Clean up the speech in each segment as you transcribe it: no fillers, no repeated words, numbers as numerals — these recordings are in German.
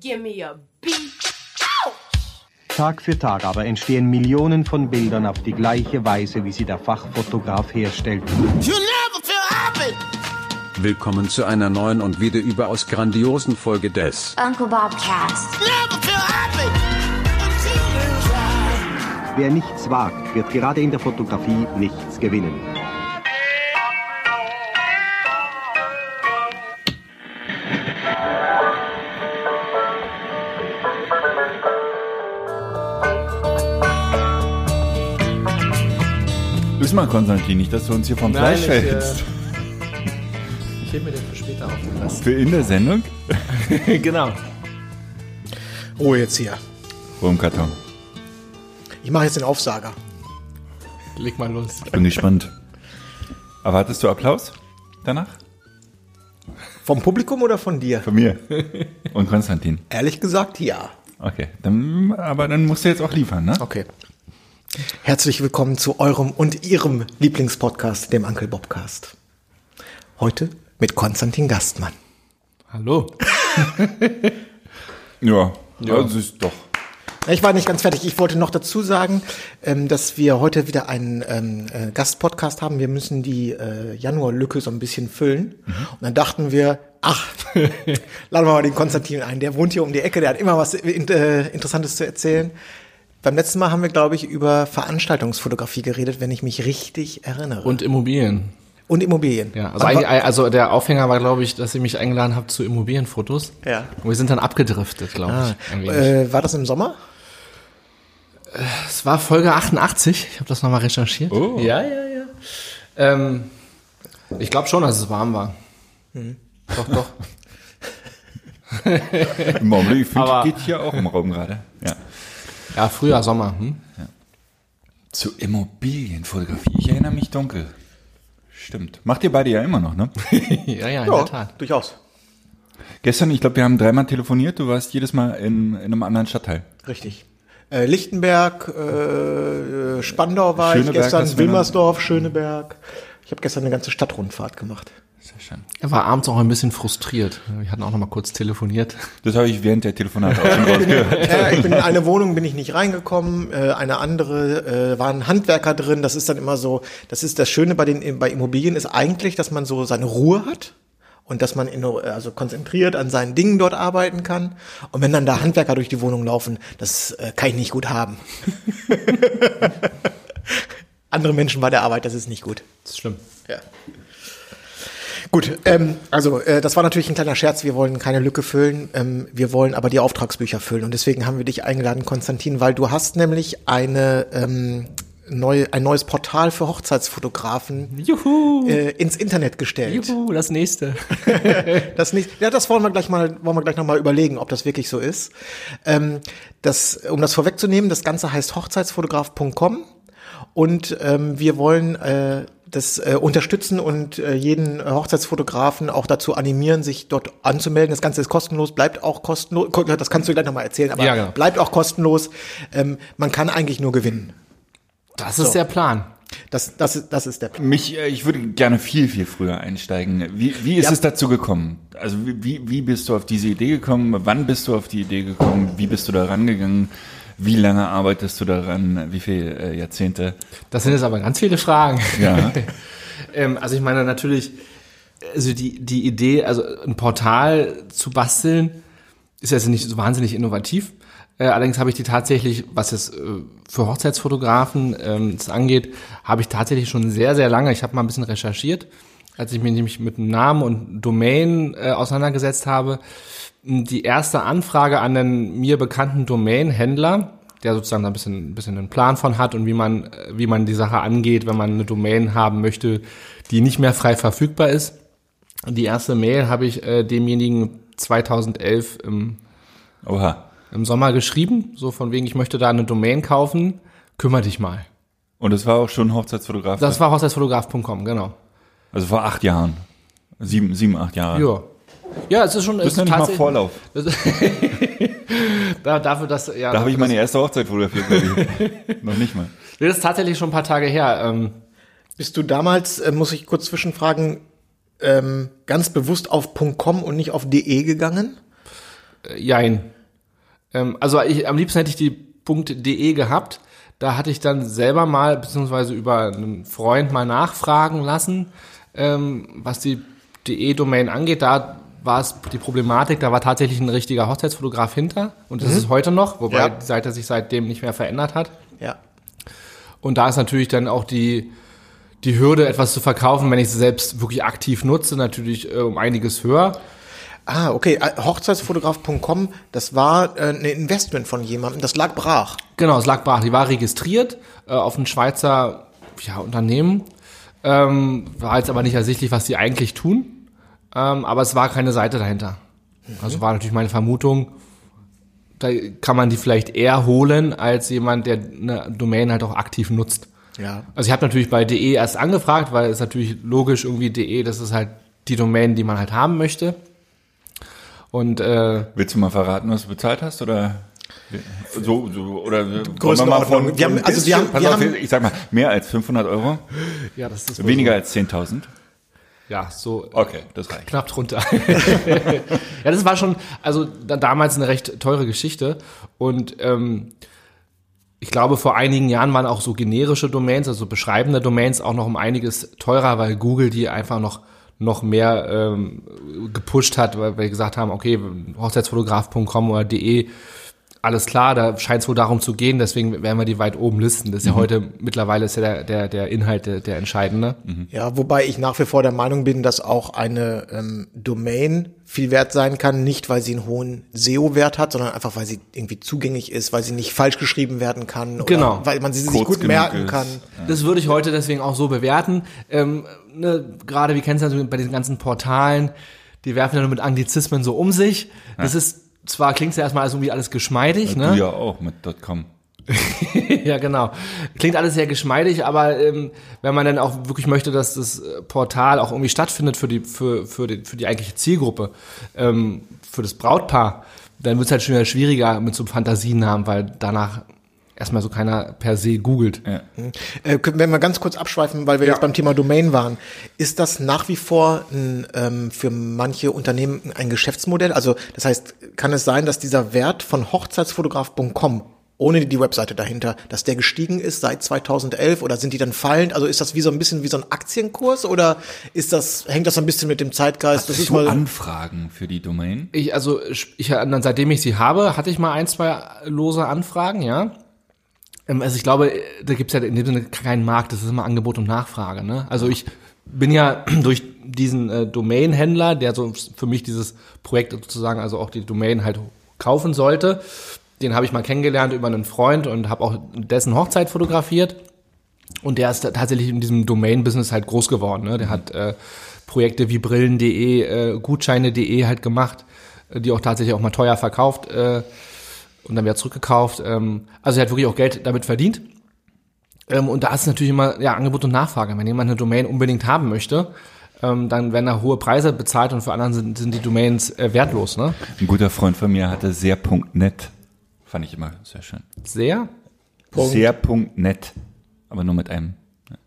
Give me a beat. Tag für Tag aber entstehen Millionen von Bildern auf die gleiche Weise, wie sie der Fachfotograf herstellt. Willkommen zu einer neuen und wieder überaus grandiosen Folge des Uncle Bob Cast. Wer nichts wagt, wird gerade in der Fotografie nichts gewinnen. Lies mal, Konstantin, nicht, dass du uns hier vom Fleisch fällst. Ich hebe mir den für später auf. Für in der Sendung? Genau. Ruhe jetzt hier. Ruhe im Karton. Ich mache jetzt den Aufsager. Leg mal los. Ich bin gespannt. Erwartest du Applaus danach? Vom Publikum oder von dir? Von mir. Und Konstantin. Ehrlich gesagt, ja. Okay, aber dann musst du jetzt auch liefern, ne? Okay. Herzlich willkommen zu eurem und ihrem Lieblingspodcast, dem Uncle Bobcast. Heute mit Konstantin Gastmann. Hallo. Ja, das ist doch. Ich war nicht ganz fertig. Ich wollte noch dazu sagen, dass wir heute wieder einen Gastpodcast haben. Wir müssen die Januarlücke so ein bisschen füllen. Und dann dachten wir, laden wir mal den Konstantin ein. Der wohnt hier um die Ecke, der hat immer was Interessantes zu erzählen. Beim letzten Mal haben wir, glaube ich, über Veranstaltungsfotografie geredet, wenn ich mich richtig erinnere. Und Immobilien. Und Immobilien. Ja, also der Aufhänger war, glaube ich, dass ihr mich eingeladen habt zu Immobilienfotos. Ja. Und wir sind dann abgedriftet, glaube ich. Ein wenig. War das im Sommer? Es war Folge 88. Ich habe das nochmal recherchiert. Oh. Ja. Ich glaube schon, dass es warm war. Doch. Im Augenblick, ich finde, geht hier auch im Raum gerade. Ja, Frühjahr, Sommer. Ja. Zu Immobilienfotografie. Ich erinnere mich dunkel. Stimmt. Macht ihr beide ja immer noch, ne? ja, in der Tat. Durchaus. Gestern, ich glaube, wir haben 3-mal telefoniert. Du warst jedes Mal in einem anderen Stadtteil. Richtig. Lichtenberg, Spandau war Schöneberg, ich gestern, Wilmersdorf, Schöneberg. Ich habe gestern eine ganze Stadtrundfahrt gemacht. Sehr schön. Er war abends auch ein bisschen frustriert. Wir hatten auch noch mal kurz telefoniert. Das habe ich während der Telefonate auch schon rausgehört. Ich bin in eine Wohnung bin ich nicht reingekommen, eine andere war ein Handwerker drin. Das ist dann immer so, das ist das Schöne bei Immobilien ist eigentlich, dass man so seine Ruhe hat und dass man also konzentriert an seinen Dingen dort arbeiten kann. Und wenn dann da Handwerker durch die Wohnung laufen, das kann ich nicht gut haben. Andere Menschen bei der Arbeit, das ist nicht gut. Das ist schlimm. Ja. Gut, das war natürlich ein kleiner Scherz. Wir wollen keine Lücke füllen, wir wollen aber die Auftragsbücher füllen. Und deswegen haben wir dich eingeladen, Konstantin, weil du hast nämlich ein neues Portal für Hochzeitsfotografen ins Internet gestellt. Juhu, das nächste. Das wollen wir gleich nochmal überlegen, ob das wirklich so ist. Um das vorwegzunehmen, das Ganze heißt hochzeitsfotograf.com und wir wollen das unterstützen und jeden Hochzeitsfotografen auch dazu animieren, sich dort anzumelden. Das Ganze ist kostenlos, bleibt auch kostenlos. Das kannst du gleich nochmal erzählen, aber ja, genau. Bleibt auch kostenlos. Man kann eigentlich nur gewinnen. Das ist der Plan. Das ist der Plan. Ich würde gerne viel, viel früher einsteigen. Wie ist es dazu gekommen? Also wie bist du auf diese Idee gekommen? Wann bist du auf die Idee gekommen? Wie bist du da rangegangen? Wie lange arbeitest du daran? Wie viele Jahrzehnte? Das sind jetzt aber ganz viele Fragen. Ja. Also ich meine natürlich, also die Idee, also ein Portal zu basteln, ist jetzt nicht so wahnsinnig innovativ. Allerdings habe ich die tatsächlich, was jetzt für Hochzeitsfotografen das angeht, habe ich tatsächlich schon sehr, sehr lange, ich habe mal ein bisschen recherchiert, als ich mich nämlich mit dem Namen und Domain auseinandergesetzt habe. Die erste Anfrage an den mir bekannten Domain-Händler, der sozusagen da ein bisschen einen Plan von hat und wie man die Sache angeht, wenn man eine Domain haben möchte, die nicht mehr frei verfügbar ist. Die erste Mail habe ich demjenigen 2011 im Sommer geschrieben, so von wegen, ich möchte da eine Domain kaufen, kümmere dich mal. Und das war auch schon Hochzeitsfotograf? Das war hochzeitsfotograf.com, genau. Also vor 8 Jahren, 7, 8 Jahre. Ja, es ist schon. Das ist noch nicht mal Vorlauf. Dafür, dass da habe ich meine erste Hochzeit fotografiert. Noch nicht mal. Das ist tatsächlich schon ein paar Tage her. Bist du damals, muss ich kurz zwischenfragen, ganz bewusst auf .com und nicht auf .de gegangen? Jein. Also am liebsten hätte ich die .de gehabt. Da hatte ich dann selber mal, beziehungsweise über einen Freund mal nachfragen lassen, was die DE-Domain angeht. Da war es die Problematik, da war tatsächlich ein richtiger Hochzeitsfotograf hinter. Und das ist heute noch, wobei die Seite sich seitdem nicht mehr verändert hat. Ja. Und da ist natürlich dann auch die Hürde, etwas zu verkaufen, wenn ich es selbst wirklich aktiv nutze, natürlich um einiges höher. Ah, okay. Hochzeitsfotograf.com, das war ein Investment von jemandem, das lag brach. Genau, es lag brach. Die war registriert auf ein Schweizer Unternehmen. War jetzt aber nicht ersichtlich, was die eigentlich tun. Aber es war keine Seite dahinter. Also war natürlich meine Vermutung, da kann man die vielleicht eher holen, als jemand, der eine Domain halt auch aktiv nutzt. Ja. Also ich habe natürlich bei DE erst angefragt, weil es natürlich logisch irgendwie DE, das ist halt die Domain, die man halt haben möchte. Und willst du mal verraten, was du bezahlt hast, oder so oder Größenordnung. Ich sag mal, mehr als 500 Euro? Ja, das ist Weniger als 10.000? Ja, so Okay, das reicht. knapp drunter. Ja, das war schon, also damals eine recht teure Geschichte. Und ich glaube, vor einigen Jahren waren auch so generische Domains, also beschreibende Domains auch noch um einiges teurer, weil Google die einfach noch mehr gepusht hat, weil wir gesagt haben, okay, Hochzeitsfotograf.com oder de, alles klar, da scheint es wohl darum zu gehen, deswegen werden wir die weit oben listen. Das ist ja heute, mittlerweile ist ja der Inhalt der entscheidende. Ja, wobei ich nach wie vor der Meinung bin, dass auch eine Domain viel wert sein kann, nicht weil sie einen hohen SEO-Wert hat, sondern einfach, weil sie irgendwie zugänglich ist, weil sie nicht falsch geschrieben werden kann oder Genau. weil man sie sich Kurz gut genug merken ist. kann. Das würde ich heute deswegen auch so bewerten. Gerade, wir kennen es ja bei diesen ganzen Portalen, die werfen ja nur mit Anglizismen so um sich. Das ist, zwar klingt es ja erstmal als irgendwie alles geschmeidig, Du ne? ja auch mit .com. Ja, genau. Klingt alles sehr geschmeidig, aber wenn man dann auch wirklich möchte, dass das Portal auch irgendwie stattfindet für die eigentliche Zielgruppe, für das Brautpaar, dann wird es halt schon wieder schwieriger mit so einem Fantasienamen, weil danach erstmal so keiner per se googelt. Ja. Wenn wir ganz kurz abschweifen, weil wir jetzt beim Thema Domain waren, ist das nach wie vor für manche Unternehmen ein Geschäftsmodell? Also das heißt, kann es sein, dass dieser Wert von Hochzeitsfotograf.com ohne die Webseite dahinter, dass der gestiegen ist seit 2011 oder sind die dann fallend? Also ist das wie so ein bisschen wie so ein Aktienkurs oder hängt das ein bisschen mit dem Zeitgeist? Das ist mal Anfragen für die Domain. Seitdem ich sie habe, hatte ich mal 1, 2 lose Anfragen, ja. Also ich glaube, da gibt's ja in dem Sinne keinen Markt, das ist immer Angebot und Nachfrage, ne? Also ich bin ja durch diesen Domain-Händler, der so für mich dieses Projekt sozusagen, also auch die Domain halt kaufen sollte, den habe ich mal kennengelernt über einen Freund und habe auch dessen Hochzeit fotografiert. Und der ist tatsächlich in diesem Domain-Business halt groß geworden, ne? Der hat Projekte wie Brillen.de, Gutscheine.de halt gemacht, die auch tatsächlich auch mal teuer verkauft und dann wieder zurückgekauft. Also er hat wirklich auch Geld damit verdient. Und da ist natürlich immer Angebot und Nachfrage. Wenn jemand eine Domain unbedingt haben möchte, dann werden da hohe Preise bezahlt und für anderen sind die Domains wertlos. Ne? Ein guter Freund von mir hatte sehr.net. Fand ich immer sehr schön. Sehr? Sehr.net. Aber nur mit einem.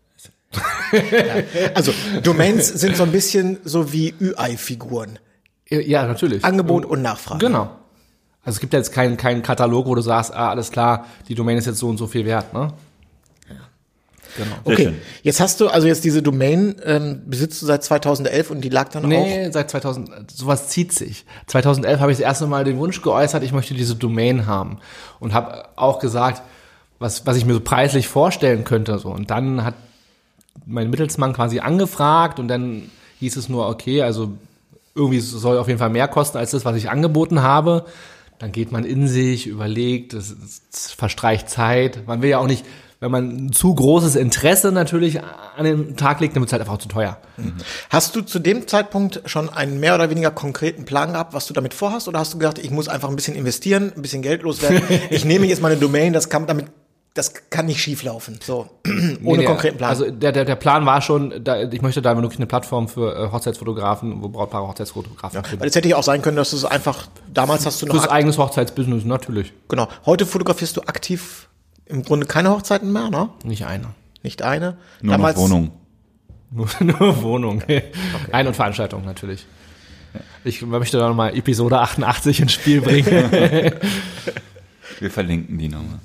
Also Domains sind so ein bisschen so wie UI-Figuren. Ja, natürlich. Angebot und Nachfrage. Genau. Also es gibt ja jetzt keinen Katalog, wo du sagst, alles klar, die Domain ist jetzt so und so viel wert, ne? Genau. Okay, jetzt hast du, also jetzt diese Domain besitzt du seit 2011 und die lag dann auch? Nee, seit 2000, sowas zieht sich. 2011 habe ich das erste Mal den Wunsch geäußert, ich möchte diese Domain haben. Und habe auch gesagt, was ich mir so preislich vorstellen könnte. So. Und dann hat mein Mittelsmann quasi angefragt und dann hieß es nur, okay, also irgendwie soll auf jeden Fall mehr kosten als das, was ich angeboten habe. Dann geht man in sich, überlegt, es verstreicht Zeit. Man will ja auch nicht, wenn man ein zu großes Interesse natürlich an den Tag legt, dann wird es halt einfach zu teuer. Hast du zu dem Zeitpunkt schon einen mehr oder weniger konkreten Plan gehabt, was du damit vorhast? Oder hast du gedacht, ich muss einfach ein bisschen investieren, ein bisschen Geld loswerden? Ich nehme jetzt mal eine Domain, das kann nicht schief laufen. So, ohne konkreten Plan. Also der Plan war schon, ich möchte da wirklich eine Plattform für Hochzeitsfotografen, wo Brautpaare Hochzeitsfotografen weil es hätte ja auch sein können, dass du es einfach, damals hast du noch... Fürs eigenes Hochzeitsbusiness, natürlich. Genau. Heute fotografierst du aktiv im Grunde keine Hochzeiten mehr, ne? Nicht eine. Nicht eine. Nur damals, noch Wohnung. Nur Wohnung. Okay. Ein- und Veranstaltung natürlich. Ich möchte da nochmal Episode 88 ins Spiel bringen. Wir verlinken die nochmal.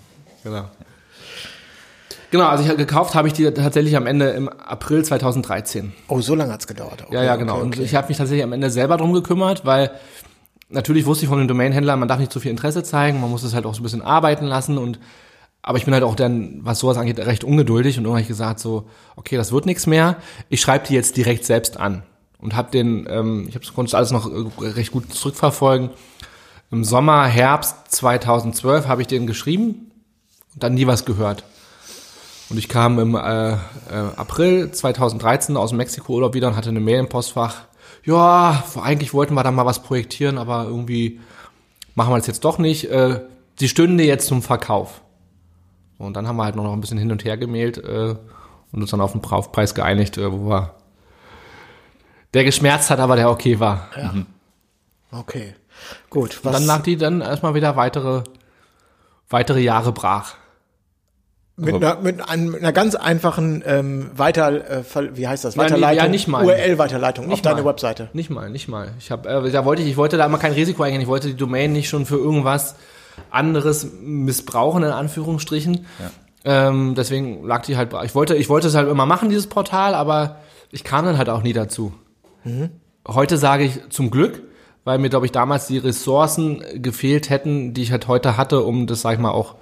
Genau, also gekauft habe ich die tatsächlich am Ende im April 2013. Oh, so lange hat's gedauert. Okay, Ja, genau. Und ich habe mich tatsächlich am Ende selber drum gekümmert, weil natürlich wusste ich von den Domainhändlern, man darf nicht zu viel Interesse zeigen, man muss es halt auch so ein bisschen arbeiten lassen aber ich bin halt auch dann, was sowas angeht, recht ungeduldig und irgendwann habe ich gesagt so, okay, das wird nichts mehr. Ich schreibe die jetzt direkt selbst an und habe konnte alles noch recht gut zurückverfolgen. Im Sommer, Herbst 2012 habe ich den geschrieben und dann nie was gehört. Und ich kam im April 2013 aus dem Mexiko-Urlaub wieder und hatte eine Mail im Postfach. Ja, eigentlich wollten wir da mal was projektieren, aber irgendwie machen wir das jetzt doch nicht. Die stünde jetzt zum Verkauf. Und dann haben wir halt noch ein bisschen hin und her gemailt und uns dann auf den Preis geeinigt, der geschmerzt hat, aber der okay war. Ja. Okay, gut. Und dann lag die dann erstmal wieder weitere Jahre brach. Mit einer ganz einfachen wie heißt das? Weiterleitung, ja, nicht mal. URL-Weiterleitung auf deine mal. Webseite. Nicht mal. Ich wollte da immer kein Risiko eingehen. Ich wollte die Domain nicht schon für irgendwas anderes missbrauchen, in Anführungsstrichen. Ja. Deswegen lag die halt brach. Ich wollte es halt immer machen, dieses Portal, aber ich kam dann halt auch nie dazu. Mhm. Heute sage ich zum Glück, weil mir, glaube ich, damals die Ressourcen gefehlt hätten, die ich halt heute hatte, um das, sag ich mal, auch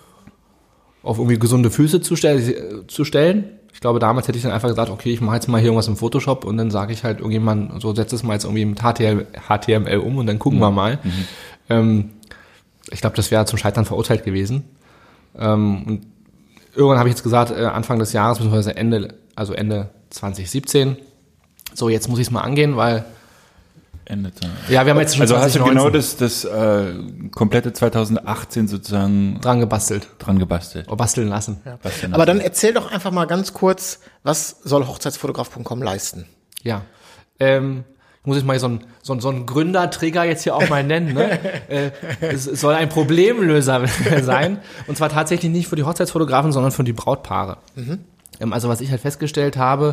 auf irgendwie gesunde Füße zu stellen. Ich glaube, damals hätte ich dann einfach gesagt, okay, ich mache jetzt mal hier irgendwas im Photoshop und dann sage ich halt irgendjemand, so setze es mal jetzt irgendwie mit HTML um und dann gucken wir mal. Ich glaube, das wäre zum Scheitern verurteilt gewesen. Und irgendwann habe ich jetzt gesagt, Anfang des Jahres, beziehungsweise Ende 2017, so jetzt muss ich es mal angehen, weil ja, wir haben jetzt schon also 2019. Hast du genau das komplette 2018 sozusagen dran gebastelt. Oder basteln lassen. Ja. Aber dann erzähl doch einfach mal ganz kurz, was soll Hochzeitsfotograf.com leisten? Ja, muss ich mal so einen Gründertrigger jetzt hier auch mal nennen. Ne? Es soll ein Problemlöser sein. Und zwar tatsächlich nicht für die Hochzeitsfotografen, sondern für die Brautpaare. Mhm. Also was ich halt festgestellt habe,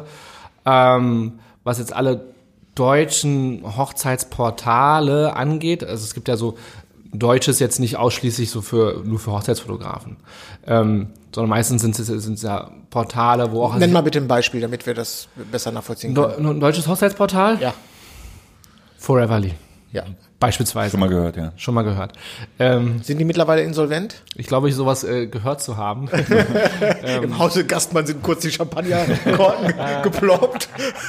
was jetzt alle deutschen Hochzeitsportale angeht, also es gibt ja so Deutsches jetzt nicht ausschließlich so nur für Hochzeitsfotografen, sondern meistens sind es ja Portale, wo auch... Nenn mal bitte ein Beispiel, damit wir das besser nachvollziehen können. Ein deutsches Hochzeitsportal? Ja. Foreverly. Ja. Beispielsweise. Schon mal gehört, ja. Schon mal gehört. Sind die mittlerweile insolvent? Ich glaube, sowas gehört zu haben. Im Hause Gastmann sind kurz die Champagnerkorken geploppt.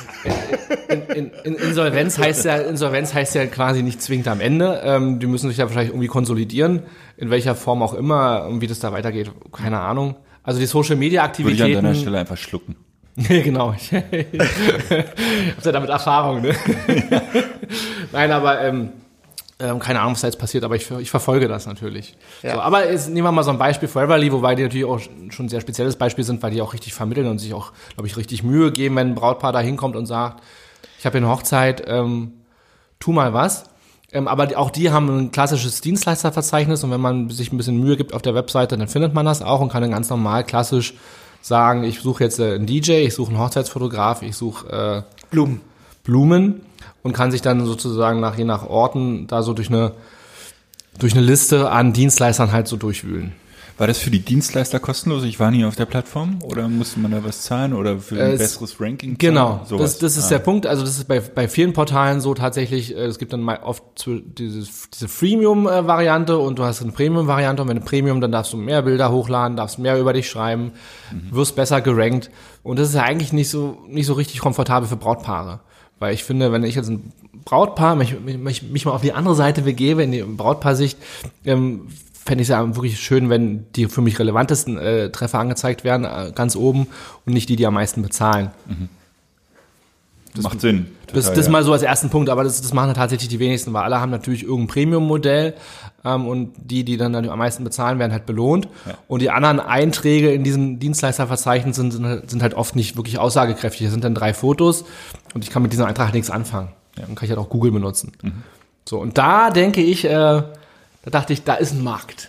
Insolvenz heißt ja quasi nicht zwingend am Ende. Die müssen sich ja wahrscheinlich irgendwie konsolidieren, in welcher Form auch immer, und wie das da weitergeht, keine Ahnung. Also die Social-Media-Aktivitäten... Würde ich an deiner Stelle einfach schlucken. Genau. Ich habe ja damit Erfahrung, ne? Nein, aber keine Ahnung, was da jetzt passiert, aber ich verfolge das natürlich. Ja. So, aber jetzt nehmen wir mal so ein Beispiel Foreverly, wobei die natürlich auch schon ein sehr spezielles Beispiel sind, weil die auch richtig vermitteln und sich auch, glaube ich, richtig Mühe geben, wenn ein Brautpaar da hinkommt und sagt, ich habe hier eine Hochzeit, tu mal was. Aber auch die haben ein klassisches Dienstleisterverzeichnis und wenn man sich ein bisschen Mühe gibt auf der Webseite, dann findet man das auch und kann dann ganz normal klassisch sagen, ich suche jetzt einen DJ, ich suche einen Hochzeitsfotograf, ich suche Blumen und kann sich dann sozusagen je nach Orten da so durch eine Liste an Dienstleistern halt so durchwühlen. War das für die Dienstleister kostenlos? Ich war nie auf der Plattform oder musste man da was zahlen oder für ein besseres Ranking zahlen? Genau, das ist der Punkt. Also das ist bei vielen Portalen so tatsächlich, es gibt dann mal oft diese Freemium-Variante und du hast eine Premium-Variante und wenn du Premium, dann darfst du mehr Bilder hochladen, darfst mehr über dich schreiben, wirst besser gerankt und das ist ja eigentlich nicht so richtig komfortabel für Brautpaare. Weil ich finde, wenn ich jetzt ein Brautpaar, mich mal auf die andere Seite begebe, in die Brautpaarsicht, fände ich es ja wirklich schön, wenn die für mich relevantesten Treffer angezeigt werden, ganz oben und nicht die am meisten bezahlen. Mhm. Das macht Sinn. Total, das mal so als ersten Punkt, aber das machen tatsächlich die wenigsten, weil alle haben natürlich irgendein Premium-Modell und die dann am meisten bezahlen, werden halt belohnt. Ja. Und die anderen Einträge in diesem Dienstleisterverzeichnis sind halt oft nicht wirklich aussagekräftig. Das sind dann 3 Fotos und ich kann mit diesem Eintrag nichts anfangen. Ja. Dann kann ich halt auch Google benutzen. Mhm. So, und da denke ich, da dachte ich, da ist ein Markt.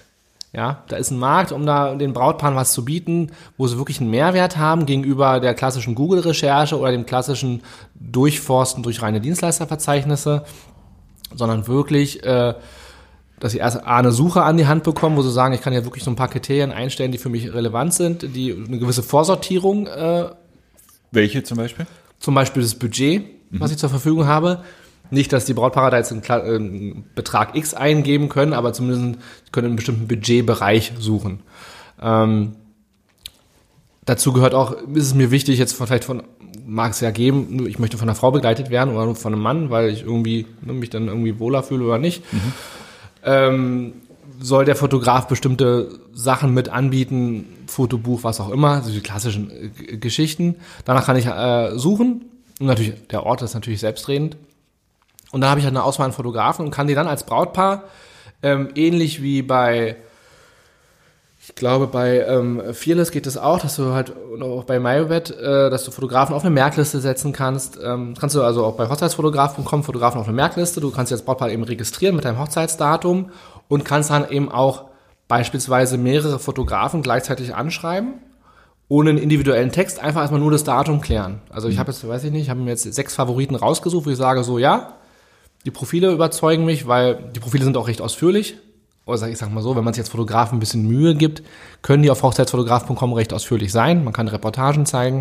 Ja, da ist ein Markt, um da den Brautpaaren was zu bieten, wo sie wirklich einen Mehrwert haben gegenüber der klassischen Google-Recherche oder dem klassischen Durchforsten durch reine Dienstleisterverzeichnisse, sondern wirklich, dass sie erst eine Suche an die Hand bekommen, wo sie sagen, ich kann ja wirklich so ein paar Kriterien einstellen, die für mich relevant sind, die eine gewisse Vorsortierung. Welche zum Beispiel? Zum Beispiel das Budget, was ich zur Verfügung habe. Nicht, dass die Brautpaare da jetzt einen Betrag X eingeben können, aber zumindest können einen bestimmten Budgetbereich suchen. Dazu gehört auch, ist es mir wichtig, jetzt mag es ja geben, ich möchte von einer Frau begleitet werden oder von einem Mann, weil ich irgendwie mich dann irgendwie wohler fühle oder nicht. Soll der Fotograf bestimmte Sachen mit anbieten, Fotobuch, was auch immer, also die klassischen Geschichten. Danach kann ich suchen. Und natürlich, der Ort ist natürlich selbstredend. Und dann habe ich halt eine Auswahl an Fotografen und kann die dann als Brautpaar, ähnlich wie bei Fearless geht es auch, dass du halt auch bei MyWed, dass du Fotografen auf eine Merkliste setzen kannst. Kannst du also auch bei Hochzeitsfotograf.com Fotografen auf eine Merkliste. Du kannst jetzt Brautpaar eben registrieren mit deinem Hochzeitsdatum und kannst dann eben auch beispielsweise mehrere Fotografen gleichzeitig anschreiben, ohne einen individuellen Text, einfach erstmal nur das Datum klären. Also ich habe jetzt, ich habe mir jetzt 6 Favoriten rausgesucht, wo ich sage so, ja, die Profile überzeugen mich, weil die Profile sind auch recht ausführlich. Oder ich sag mal so, wenn man sich jetzt Fotografen ein bisschen Mühe gibt, können die auf hochzeitsfotograf.com recht ausführlich sein. Man kann Reportagen zeigen.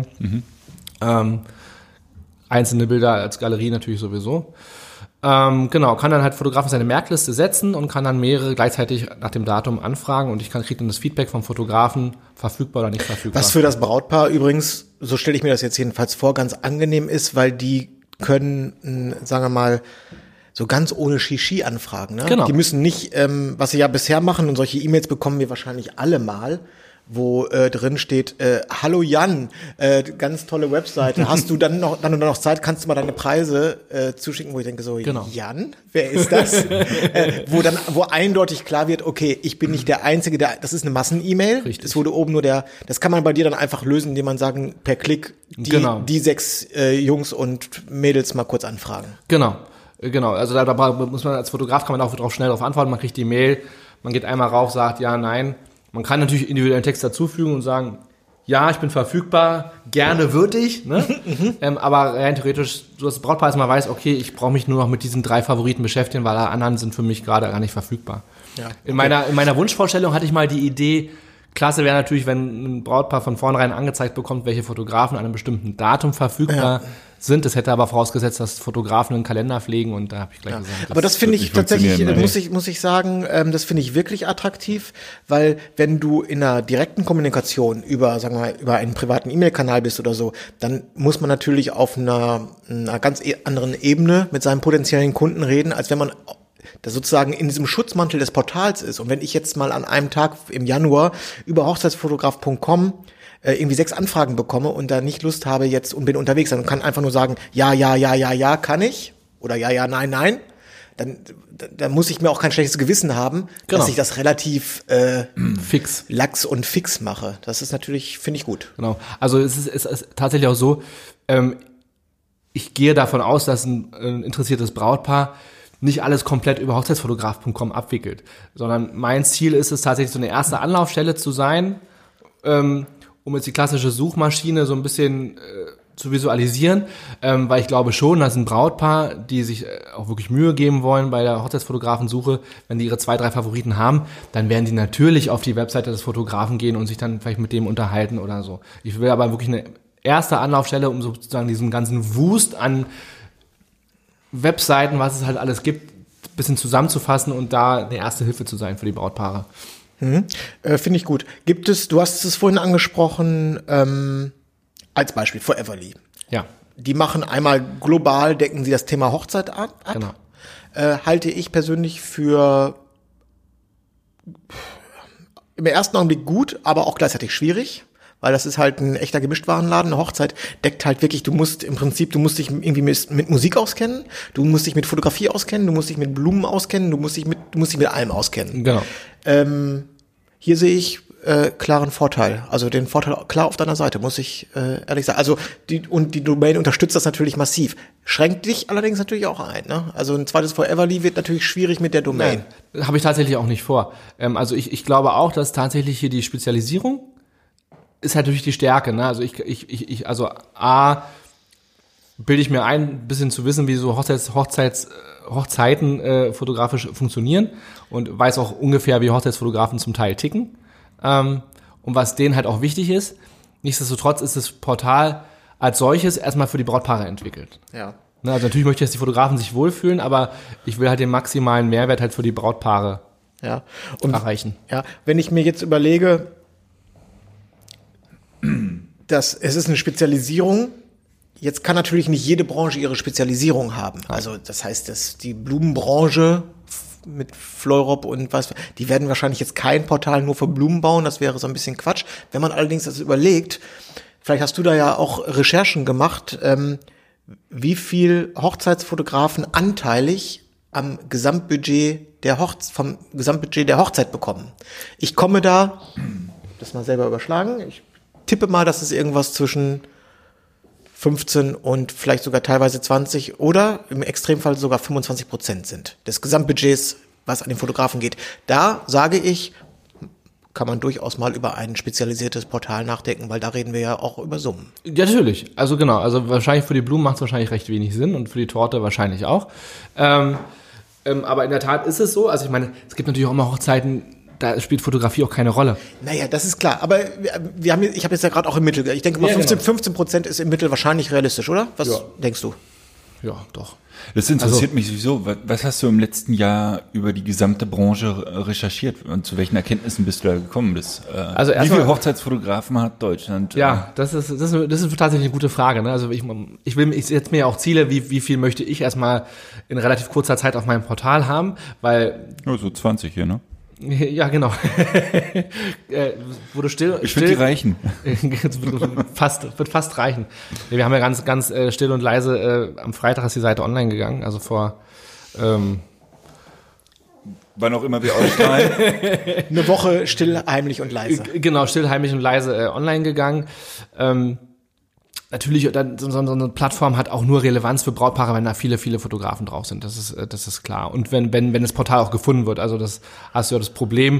Einzelne Bilder als Galerie natürlich sowieso. Kann dann halt Fotografen seine Merkliste setzen und kann dann mehrere gleichzeitig nach dem Datum anfragen und kriege dann das Feedback vom Fotografen, verfügbar oder nicht verfügbar. Was für das Brautpaar übrigens, so stelle ich mir das jetzt jedenfalls vor, ganz angenehm ist, weil die können, sagen wir mal, so ganz ohne Shishi anfragen. Ne? Genau. Die müssen nicht, was sie ja bisher machen, und solche E-Mails bekommen wir wahrscheinlich alle mal, wo drin steht, hallo Jan, ganz tolle Webseite, hast du dann noch Zeit, kannst du mal deine Preise zuschicken, wo ich denke so, genau. Jan, wer ist das? Wo eindeutig klar wird, okay, ich bin nicht der Einzige, das ist eine Massen-E-Mail, das wurde oben nur das kann man bei dir dann einfach lösen, indem man sagen, per Klick die 6 Jungs und Mädels mal kurz anfragen. Genau, also da muss man als Fotograf kann man auch schnell darauf antworten, man kriegt die Mail, man geht einmal rauf, sagt ja, nein. Man kann natürlich individuellen Text dazufügen und sagen, ja, ich bin verfügbar, gerne würde ich, ne? Aber rein theoretisch, so dass das Brautpaar erstmal weiß, okay, ich brauche mich nur noch mit diesen 3 Favoriten beschäftigen, weil alle anderen sind für mich gerade gar nicht verfügbar. Ja, okay. In meiner Wunschvorstellung hatte ich mal die Idee, klasse wäre natürlich, wenn ein Brautpaar von vornherein angezeigt bekommt, welche Fotografen an einem bestimmten Datum verfügbar sind. Das hätte aber vorausgesetzt, dass Fotografen einen Kalender pflegen und da habe ich gleich gesagt. Aber das finde ich tatsächlich, muss ich sagen, das finde ich wirklich attraktiv, weil wenn du in einer direkten Kommunikation über einen privaten E-Mail-Kanal bist oder so, dann muss man natürlich auf einer ganz anderen Ebene mit seinem potenziellen Kunden reden, als wenn man das sozusagen in diesem Schutzmantel des Portals ist. Und wenn ich jetzt mal an einem Tag im Januar über hochzeitsfotograf.com irgendwie 6 Anfragen bekomme und da nicht Lust habe jetzt und bin unterwegs, dann kann einfach nur sagen, ja, kann ich, oder ja, nein, dann muss ich mir auch kein schlechtes Gewissen haben, dass ich das relativ fix, lax und fix mache. Das ist natürlich, finde ich gut. Genau, also es ist tatsächlich auch so, ich gehe davon aus, dass ein interessiertes Brautpaar nicht alles komplett über hochzeitsfotograf.com abwickelt, sondern mein Ziel ist es tatsächlich, so eine erste Anlaufstelle zu sein, um jetzt die klassische Suchmaschine so ein bisschen zu visualisieren, weil ich glaube schon, dass ein Brautpaar, die sich auch wirklich Mühe geben wollen bei der Hochzeitsfotografensuche, wenn die ihre 2, 3 Favoriten haben, dann werden die natürlich auf die Webseite des Fotografen gehen und sich dann vielleicht mit dem unterhalten oder so. Ich will aber wirklich eine erste Anlaufstelle, um sozusagen diesen ganzen Wust an Webseiten, was es halt alles gibt, ein bisschen zusammenzufassen und da eine erste Hilfe zu sein für die Brautpaare. Finde ich gut. Du hast es vorhin angesprochen, als Beispiel Foreverly. Ja. Die machen einmal global, decken sie das Thema Hochzeit ab. Genau. Halte ich persönlich für im ersten Augenblick gut, aber auch gleichzeitig schwierig. Weil das ist halt ein echter Gemischtwarenladen. Eine Hochzeit deckt halt wirklich, du musst dich irgendwie mit Musik auskennen, du musst dich mit Fotografie auskennen, du musst dich mit Blumen auskennen, du musst dich mit allem auskennen. Genau. Hier sehe ich klaren Vorteil. Also den Vorteil klar auf deiner Seite, muss ich ehrlich sagen. Also die Domain unterstützt das natürlich massiv. Schränkt dich allerdings natürlich auch ein. Ne? Also ein zweites Foreverly wird natürlich schwierig mit der Domain. Habe ich tatsächlich auch nicht vor. Also ich glaube auch, dass tatsächlich hier die Spezialisierung ist halt natürlich die Stärke. Ne? Also also A, bilde ich mir ein, ein bisschen zu wissen, wie so Hochzeiten fotografisch funktionieren und weiß auch ungefähr, wie Hochzeitsfotografen zum Teil ticken. Und was denen halt auch wichtig ist, nichtsdestotrotz ist das Portal als solches erstmal für die Brautpaare entwickelt. Ja. Also natürlich möchte ich, dass die Fotografen sich wohlfühlen, aber ich will halt den maximalen Mehrwert halt für die Brautpaare erreichen. Ja, wenn ich mir jetzt überlege, dass es ist eine Spezialisierung. Jetzt kann natürlich nicht jede Branche ihre Spezialisierung haben. Also das heißt, dass die Blumenbranche mit Fleurop und was, die werden wahrscheinlich jetzt kein Portal nur für Blumen bauen. Das wäre so ein bisschen Quatsch. Wenn man allerdings das überlegt, vielleicht hast du da ja auch Recherchen gemacht, wie viel Hochzeitsfotografen anteilig am Gesamtbudget vom Gesamtbudget der Hochzeit bekommen. Ich komme da, das mal selber überschlagen, ich tippe mal, dass es irgendwas zwischen 15 und vielleicht sogar teilweise 20 oder im Extremfall sogar 25% sind des Gesamtbudgets, was an den Fotografen geht. Da sage ich, kann man durchaus mal über ein spezialisiertes Portal nachdenken, weil da reden wir ja auch über Summen. Ja, natürlich. Also genau, also wahrscheinlich für die Blumen macht es wahrscheinlich recht wenig Sinn und für die Torte wahrscheinlich auch. Aber in der Tat ist es so, also ich meine, es gibt natürlich auch immer Hochzeiten, da spielt Fotografie auch keine Rolle. Naja, das ist klar. Aber ich habe jetzt ja gerade auch im Mittel, ich denke mal 15% ist im Mittel wahrscheinlich realistisch, oder? Was denkst du? Ja, doch. Das interessiert mich sowieso. Was hast du im letzten Jahr über die gesamte Branche recherchiert und zu welchen Erkenntnissen bist du da gekommen? Wie viele Hochzeitsfotografen hat Deutschland? Ja, das ist tatsächlich eine gute Frage. Ne? Also ich setze mir ja auch Ziele, wie viel möchte ich erstmal in relativ kurzer Zeit auf meinem Portal haben, weil... So 20 hier, ne? Ja, genau. Wurde still. Ich würde die reichen. wird fast reichen. Wir haben ja ganz still und leise, am Freitag ist die Seite online gegangen, also vor, wann auch immer wir ausstrahlen. Eine Woche still, heimlich und leise. Genau, still, heimlich und leise online gegangen. Natürlich, dann so eine Plattform hat auch nur Relevanz für Brautpaare, wenn da viele Fotografen drauf sind. Das ist klar. Und wenn das Portal auch gefunden wird, also das hast du ja das Problem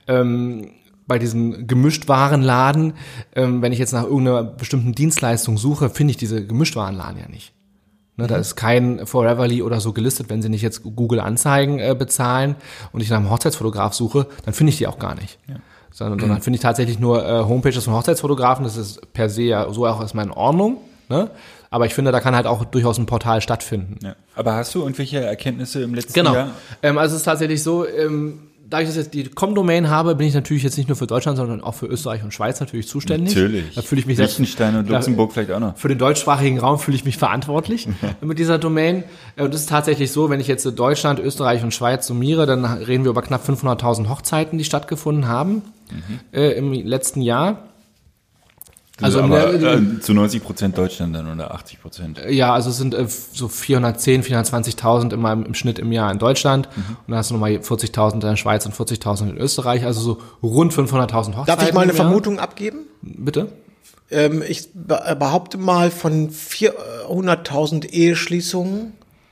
bei diesem Gemischtwarenladen, wenn ich jetzt nach irgendeiner bestimmten Dienstleistung suche, finde ich diese Gemischtwarenladen ja nicht. Ne, da ist kein Foreverly oder so gelistet, wenn sie nicht jetzt Google Anzeigen bezahlen und ich nach einem Hochzeitsfotograf suche, dann finde ich die auch gar nicht. Ja. Sondern finde ich tatsächlich nur Homepages von Hochzeitsfotografen, das ist per se ja so auch erstmal in Ordnung, ne? Aber ich finde, da kann halt auch durchaus ein Portal stattfinden. Ja. Aber hast du irgendwelche Erkenntnisse im letzten Jahr? Genau, also es ist tatsächlich so, da ich das jetzt die Com-Domain habe, bin ich natürlich jetzt nicht nur für Deutschland, sondern auch für Österreich und Schweiz natürlich zuständig. Natürlich. Da fühle ich mich Liechtenstein und Luxemburg vielleicht auch noch. Für den deutschsprachigen Raum fühle ich mich verantwortlich mit dieser Domain. Und das ist tatsächlich so, wenn ich jetzt Deutschland, Österreich und Schweiz summiere, dann reden wir über knapp 500.000 Hochzeiten, die stattgefunden haben im letzten Jahr. Also zu 90% Deutschland dann oder 80%? Ja, also es sind so 420.000 immer im Schnitt im Jahr in Deutschland. Und dann hast du nochmal 40.000 in der Schweiz und 40.000 in Österreich, also so rund 500.000 Hochzeiten. Darf ich mal eine Vermutung abgeben? Bitte? Ich behaupte mal, von 400.000 Eheschließungen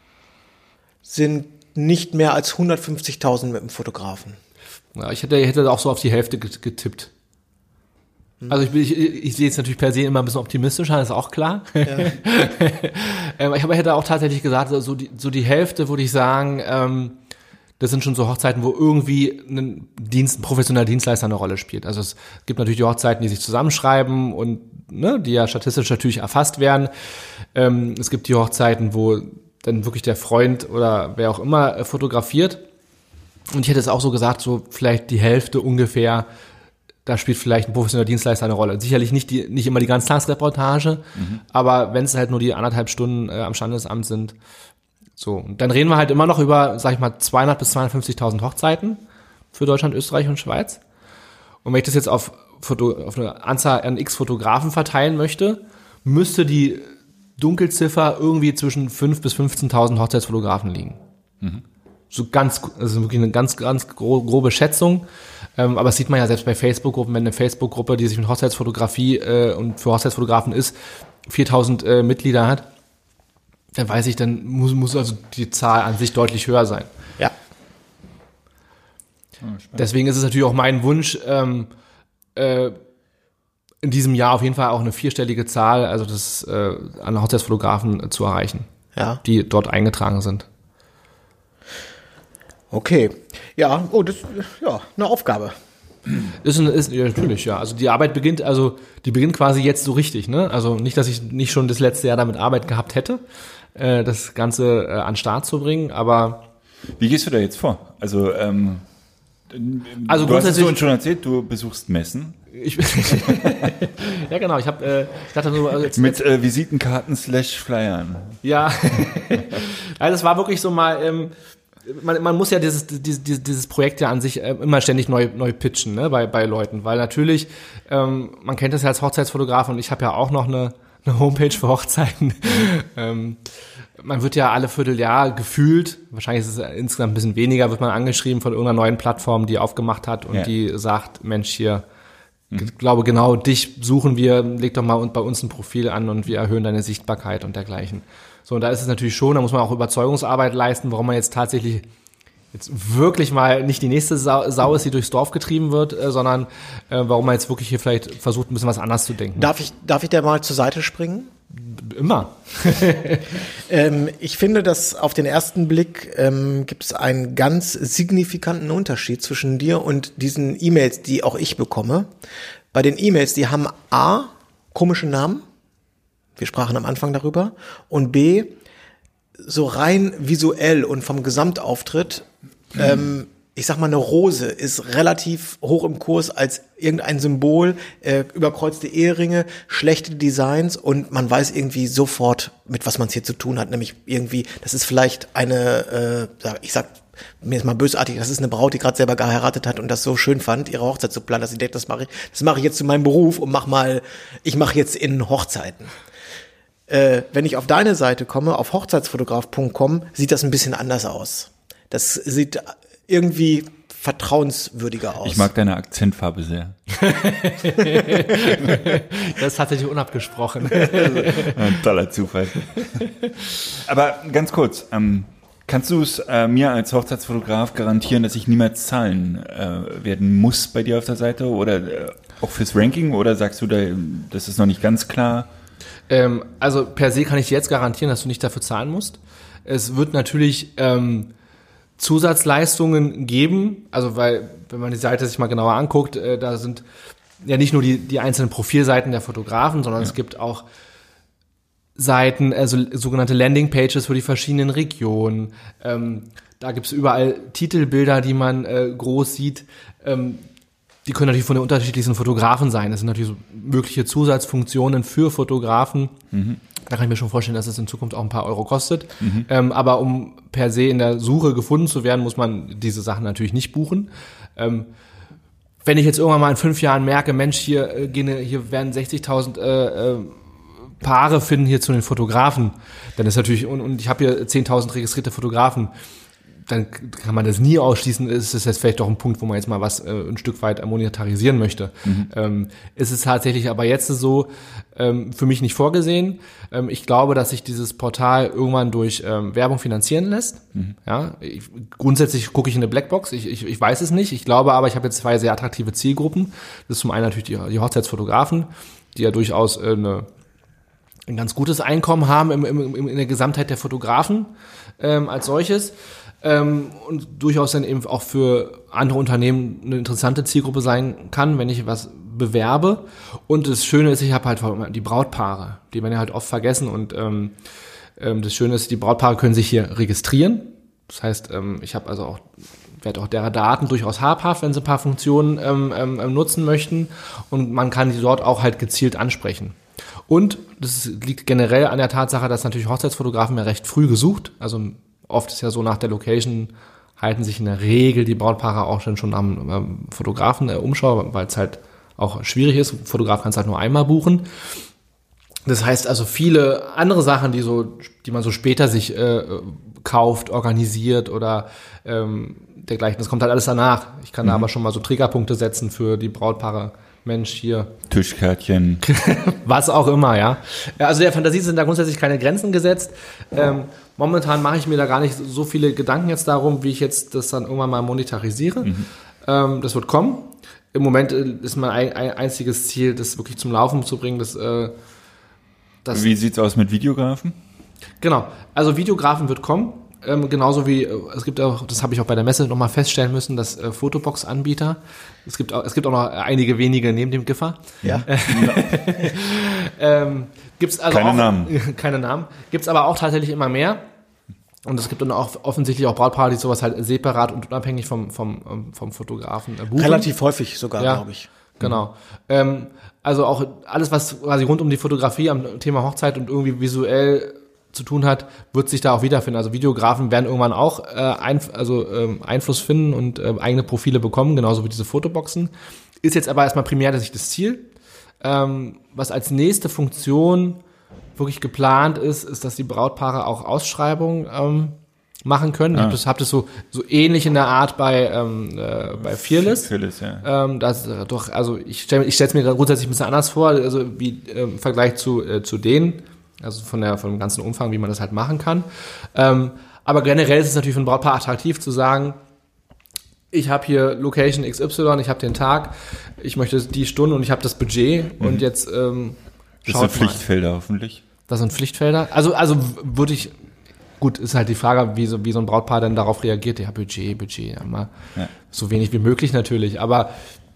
sind nicht mehr als 150.000 mit dem Fotografen. Ja, ich hätte auch so auf die Hälfte getippt. Also ich sehe jetzt natürlich per se immer ein bisschen optimistischer, ist auch klar. Ja. Ich hätte auch tatsächlich gesagt, so die Hälfte würde ich sagen, das sind schon so Hochzeiten, wo irgendwie ein professioneller Dienstleister eine Rolle spielt. Also es gibt natürlich die Hochzeiten, die sich zusammenschreiben und die ja statistisch natürlich erfasst werden. Es gibt die Hochzeiten, wo dann wirklich der Freund oder wer auch immer fotografiert. Und ich hätte es auch so gesagt, so vielleicht die Hälfte ungefähr, da spielt vielleicht ein professioneller Dienstleister eine Rolle. Sicherlich nicht immer die Ganztagsreportage, aber wenn es halt nur die 1,5 Stunden am Standesamt sind. So, und dann reden wir halt immer noch über, sag ich mal, 200.000 bis 250.000 Hochzeiten für Deutschland, Österreich und Schweiz. Und wenn ich das jetzt auf eine Anzahl an X Fotografen verteilen möchte, müsste die Dunkelziffer irgendwie zwischen 5.000 bis 15.000 Hochzeitsfotografen liegen. Also wirklich eine ganz grobe Schätzung. Aber das sieht man ja selbst bei Facebook-Gruppen, wenn eine Facebook-Gruppe, die sich mit Hochzeitsfotografie und für Hochzeitsfotografen ist, 4.000 Mitglieder hat, dann weiß ich, dann muss also die Zahl an sich deutlich höher sein. Ja. Deswegen ist es natürlich auch mein Wunsch, in diesem Jahr auf jeden Fall auch eine 4-stellige Zahl, also das an Hochzeitsfotografen zu erreichen, die dort eingetragen sind. Okay. Ja, eine Aufgabe. Ist ja, natürlich, ja. Also die Arbeit beginnt quasi jetzt so richtig, ne? Also nicht, dass ich nicht schon das letzte Jahr damit Arbeit gehabt hätte, das Ganze an den Start zu bringen, aber. Wie gehst du da jetzt vor? Also du hast es schon erzählt, du besuchst Messen. Ja, genau. Ich dachte so mit Visitenkarten/Flyern. Ja, also das war wirklich so mal. Man muss ja dieses Projekt ja an sich immer ständig neu pitchen, ne, bei Leuten, weil natürlich man kennt das ja als Hochzeitsfotograf und ich habe ja auch noch eine Homepage für Hochzeiten. Man wird ja alle Vierteljahr gefühlt, wahrscheinlich ist es insgesamt ein bisschen weniger, wird man angeschrieben von irgendeiner neuen Plattform, die aufgemacht hat und die sagt, Mensch, hier, ich glaube, genau dich suchen wir, leg doch mal bei uns ein Profil an und wir erhöhen deine Sichtbarkeit und dergleichen. So, und da ist es natürlich schon, da muss man auch Überzeugungsarbeit leisten, warum man jetzt tatsächlich jetzt wirklich mal nicht die nächste Sau ist, die durchs Dorf getrieben wird, sondern warum man jetzt wirklich hier vielleicht versucht, ein bisschen was anderes zu denken. Darf ich dir mal zur Seite springen? Immer. Ich finde, dass auf den ersten Blick gibt es einen ganz signifikanten Unterschied zwischen dir und diesen E-Mails, die auch ich bekomme. Bei den E-Mails, die haben A, komische Namen. Wir sprachen am Anfang darüber. Und B, so rein visuell und vom Gesamtauftritt, ich sag mal, eine Rose ist relativ hoch im Kurs als irgendein Symbol, überkreuzte Eheringe, schlechte Designs und man weiß irgendwie sofort, mit was man es hier zu tun hat. Nämlich irgendwie, das ist vielleicht eine, ich sag mir jetzt mal bösartig, das ist eine Braut, die gerade selber geheiratet hat und das so schön fand, ihre Hochzeit zu planen, dass sie denkt, das mache ich jetzt zu meinem Beruf und ich mache jetzt in Hochzeiten. Wenn ich auf deine Seite komme, auf hochzeitsfotograf.com, sieht das ein bisschen anders aus. Das sieht irgendwie vertrauenswürdiger aus. Ich mag deine Akzentfarbe sehr. Das ist tatsächlich unabgesprochen. Ein toller Zufall. Aber ganz kurz, kannst du es mir als Hochzeitsfotograf garantieren, dass ich niemals zahlen werden muss bei dir auf der Seite oder auch fürs Ranking oder sagst du, das ist noch nicht ganz klar? Also per se kann ich dir jetzt garantieren, dass du nicht dafür zahlen musst. Es wird natürlich Zusatzleistungen geben, also weil, wenn man die Seite sich mal genauer anguckt, da sind ja nicht nur die einzelnen Profilseiten der Fotografen, sondern es gibt auch Seiten, also sogenannte Landingpages für die verschiedenen Regionen. Da gibt es überall Titelbilder, die man groß sieht. Die können natürlich von den unterschiedlichsten Fotografen sein. Das sind natürlich so mögliche Zusatzfunktionen für Fotografen. Mhm. Da kann ich mir schon vorstellen, dass es in Zukunft auch ein paar Euro kostet. Mhm. Aber um per se in der Suche gefunden zu werden, muss man diese Sachen natürlich nicht buchen. Wenn ich jetzt irgendwann mal in 5 Jahren merke, Mensch, hier werden 60.000 Paare finden hier zu den Fotografen, dann ist natürlich, und ich habe hier 10.000 registrierte Fotografen, dann kann man das nie ausschließen, ist es jetzt vielleicht doch ein Punkt, wo man jetzt mal was ein Stück weit monetarisieren möchte. Mhm. Ist es tatsächlich aber jetzt so für mich nicht vorgesehen. Ich glaube, dass sich dieses Portal irgendwann durch Werbung finanzieren lässt. Mhm. Ja, grundsätzlich gucke ich in eine Blackbox, ich weiß es nicht. Ich glaube aber, ich habe jetzt 2 sehr attraktive Zielgruppen. Das ist zum einen natürlich die Hochzeitsfotografen, die ja durchaus ein ganz gutes Einkommen haben in der Gesamtheit der Fotografen als solches. Und durchaus dann eben auch für andere Unternehmen eine interessante Zielgruppe sein kann, wenn ich was bewerbe. Und das Schöne ist, ich habe halt die Brautpaare, die werden ja halt oft vergessen. Und das Schöne ist, die Brautpaare können sich hier registrieren. Das heißt, ich habe also werde auch deren Daten durchaus habhaft, wenn sie ein paar Funktionen nutzen möchten. Und man kann die dort auch halt gezielt ansprechen. Und das liegt generell an der Tatsache, dass natürlich Hochzeitsfotografen ja recht früh gesucht, also oft ist ja so, nach der Location halten sich in der Regel die Brautpaare auch schon am Fotografen Umschau, weil es halt auch schwierig ist. Fotograf kannst halt nur einmal buchen. Das heißt also viele andere Sachen, die man so später sich kauft, organisiert oder dergleichen. Das kommt halt alles danach. Ich kann da aber schon mal so Triggerpunkte setzen für die Brautpaare. Mensch, hier. Tischkärtchen. Was auch immer, ja. Also der Fantasie sind da grundsätzlich keine Grenzen gesetzt. Momentan mache ich mir da gar nicht so viele Gedanken jetzt darum, wie ich jetzt das dann irgendwann mal monetarisiere. Das wird kommen. Im Moment ist mein einziges Ziel, das wirklich zum Laufen zu bringen. Wie sieht's aus mit Videografen? Genau. Also Videografen wird kommen. Genauso wie, es gibt auch, das habe ich auch bei der Messe nochmal feststellen müssen, dass Fotobox-Anbieter, es gibt auch noch einige wenige neben dem Giffer. Ja. Gibt's also keine auch, Namen. Keine Namen. Gibt's aber auch tatsächlich immer mehr. Und es gibt dann auch offensichtlich auch Brautpaare, die sowas halt separat und unabhängig vom Fotografen buchen. Relativ häufig sogar, Ja. glaube ich. Genau. Also auch alles, was quasi rund um die Fotografie am Thema Hochzeit und irgendwie visuell zu tun hat, wird sich da auch wiederfinden. Also Videografen werden irgendwann auch Einfluss finden und eigene Profile bekommen, genauso wie diese Fotoboxen. Ist jetzt aber erstmal primär das Ziel. Was als nächste Funktion wirklich geplant ist, dass die Brautpaare auch Ausschreibungen machen können. Ich habe das so ähnlich in der Art bei Fearless. Fearless, ja. Ich stelle es mir grundsätzlich ein bisschen anders vor, also wie im Vergleich zu denen, also von dem ganzen Umfang, wie man das halt machen kann. Aber generell ist es natürlich für ein Brautpaar attraktiv zu sagen, ich habe hier Location XY, ich habe den Tag, ich möchte die Stunde und ich habe das Budget und jetzt Das sind Pflichtfelder hoffentlich. Das sind Pflichtfelder. Also würde ich, gut, ist halt die Frage, wie so ein Brautpaar dann darauf reagiert. Ja, Budget, ja, mal so wenig wie möglich natürlich, aber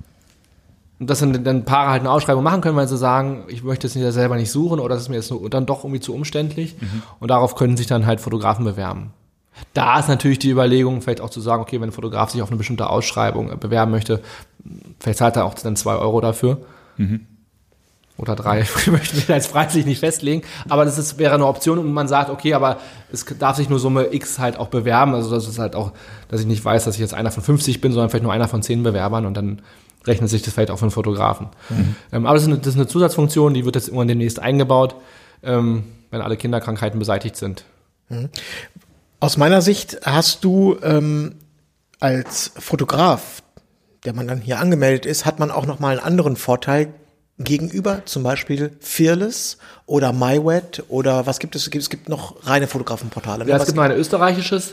dass dann Paare halt eine Ausschreibung machen können, weil sie sagen, ich möchte es selber nicht suchen oder das ist mir jetzt dann doch irgendwie zu umständlich und darauf können sich dann halt Fotografen bewerben. Da ist natürlich die Überlegung, vielleicht auch zu sagen, okay, wenn ein Fotograf sich auf eine bestimmte Ausschreibung bewerben möchte, vielleicht zahlt er auch dann 2 Euro dafür. Oder 3, ich möchte mich als preislich nicht festlegen, aber wäre eine Option und man sagt, okay, aber es darf sich nur Summe X halt auch bewerben, also das ist halt auch, dass ich nicht weiß, dass ich jetzt einer von 50 bin, sondern vielleicht nur einer von 10 Bewerbern und dann rechnet sich das vielleicht auch für einen Fotografen. Aber das ist eine Zusatzfunktion, die wird jetzt irgendwann demnächst eingebaut, wenn alle Kinderkrankheiten beseitigt sind. Aus meiner Sicht hast du als Fotograf, der man dann hier angemeldet ist, hat man auch nochmal einen anderen Vorteil gegenüber, zum Beispiel Fearless oder MyWed oder was gibt es? Es gibt noch reine Fotografenportale. Ne? Ja, es gibt noch ein österreichisches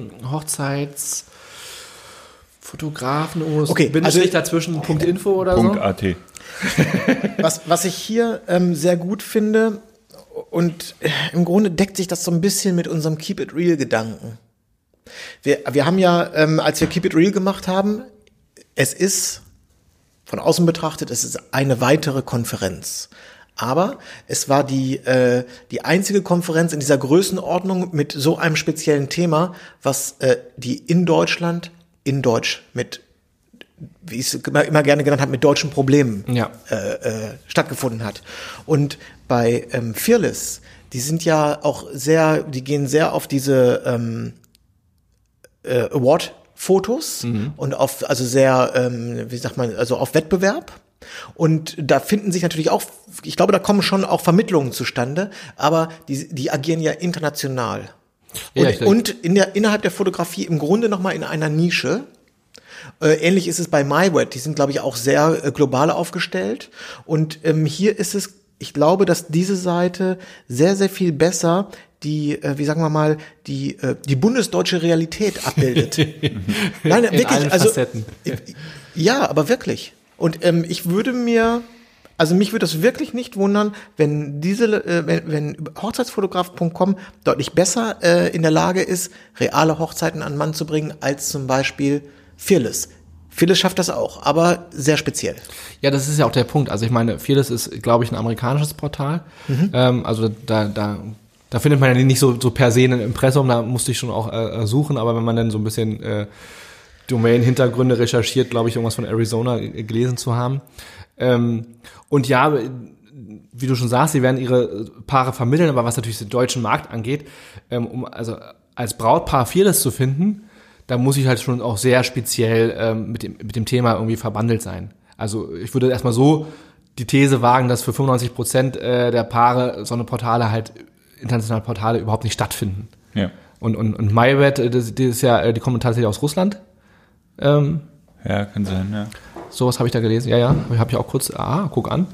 Hochzeitsfotografen, okay, Bindestrich dazwischen .info oder so. .at. Was ich hier sehr gut finde und im Grunde deckt sich das so ein bisschen mit unserem Keep It Real Gedanken. Wir haben ja, als wir Keep It Real gemacht haben, es ist von außen betrachtet, es ist eine weitere Konferenz. Aber es war die einzige Konferenz in dieser Größenordnung mit so einem speziellen Thema, was die in Deutschland in Deutsch mit, wie ich es immer gerne genannt habe, mit deutschen Problemen stattgefunden hat. Und bei Fearless, die sind ja auch die gehen sehr auf diese Award-Fotos und auf, also sehr, wie sagt man, also auf Wettbewerb. Und da finden sich natürlich auch, ich glaube, da kommen schon auch Vermittlungen zustande, aber die agieren ja international. Ja, und innerhalb der Fotografie im Grunde nochmal in einer Nische. Ähnlich ist es bei MyWed, die sind, glaube ich, auch sehr global aufgestellt. Und hier ist es, ich glaube, dass diese Seite sehr, sehr viel besser die, wie sagen wir mal, die bundesdeutsche Realität abbildet. Nein, in wirklich, allen also Facetten. ja, aber wirklich. Und mich würde das wirklich nicht wundern, wenn wenn Hochzeitsfotograf.com deutlich besser in der Lage ist, reale Hochzeiten an Mann zu bringen, als zum Beispiel Fearless. Fearless schafft das auch, aber sehr speziell. Ja, das ist ja auch der Punkt. Also ich meine, Fearless ist, glaube ich, ein amerikanisches Portal. Also da findet man ja nicht so per se ein Impressum, da musste ich schon auch suchen, aber wenn man dann so ein bisschen Domain-Hintergründe recherchiert, glaube ich, irgendwas von Arizona gelesen zu haben. Und ja, wie du schon sagst, sie werden ihre Paare vermitteln, aber was natürlich den deutschen Markt angeht, um also als Brautpaar Fearless zu finden, da muss ich halt schon auch sehr speziell mit dem Thema irgendwie verbandelt sein. Also ich würde erstmal so die These wagen, dass für 95% der Paare so eine Portale halt, internationale Portale überhaupt nicht stattfinden. Ja. Und MyBet, das ist ja, die kommen tatsächlich aus Russland. Ja, kann sein, ja. Sowas habe ich da gelesen. Ja, habe ich auch kurz, guck an.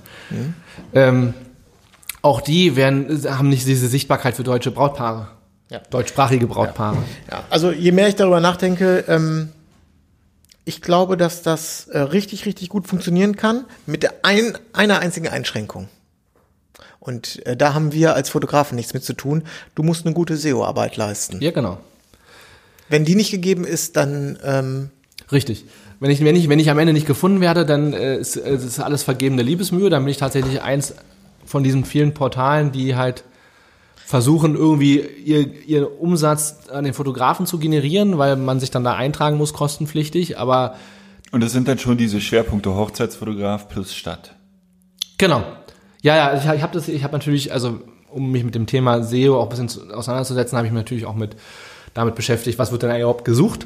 Auch die haben nicht diese Sichtbarkeit für deutsche Brautpaare. Ja. Deutschsprachige Brautpaare. Ja, also je mehr ich darüber nachdenke, ich glaube, dass das richtig, richtig gut funktionieren kann mit einer einzigen Einschränkung. Und da haben wir als Fotografen nichts mit zu tun. Du musst eine gute SEO-Arbeit leisten. Ja, genau. Wenn die nicht gegeben ist, dann Richtig. Wenn ich am Ende nicht gefunden werde, dann ist alles vergebene Liebesmühe. Dann bin ich tatsächlich eins von diesen vielen Portalen, die halt versuchen, irgendwie ihren Umsatz an den Fotografen zu generieren, weil man sich dann da eintragen muss, kostenpflichtig. Aber Und das sind dann schon diese Schwerpunkte Hochzeitsfotograf plus Stadt. genau. Ja, ich habe natürlich, also um mich mit dem Thema SEO auch ein bisschen auseinanderzusetzen, habe ich mich natürlich auch damit beschäftigt, was wird denn überhaupt gesucht.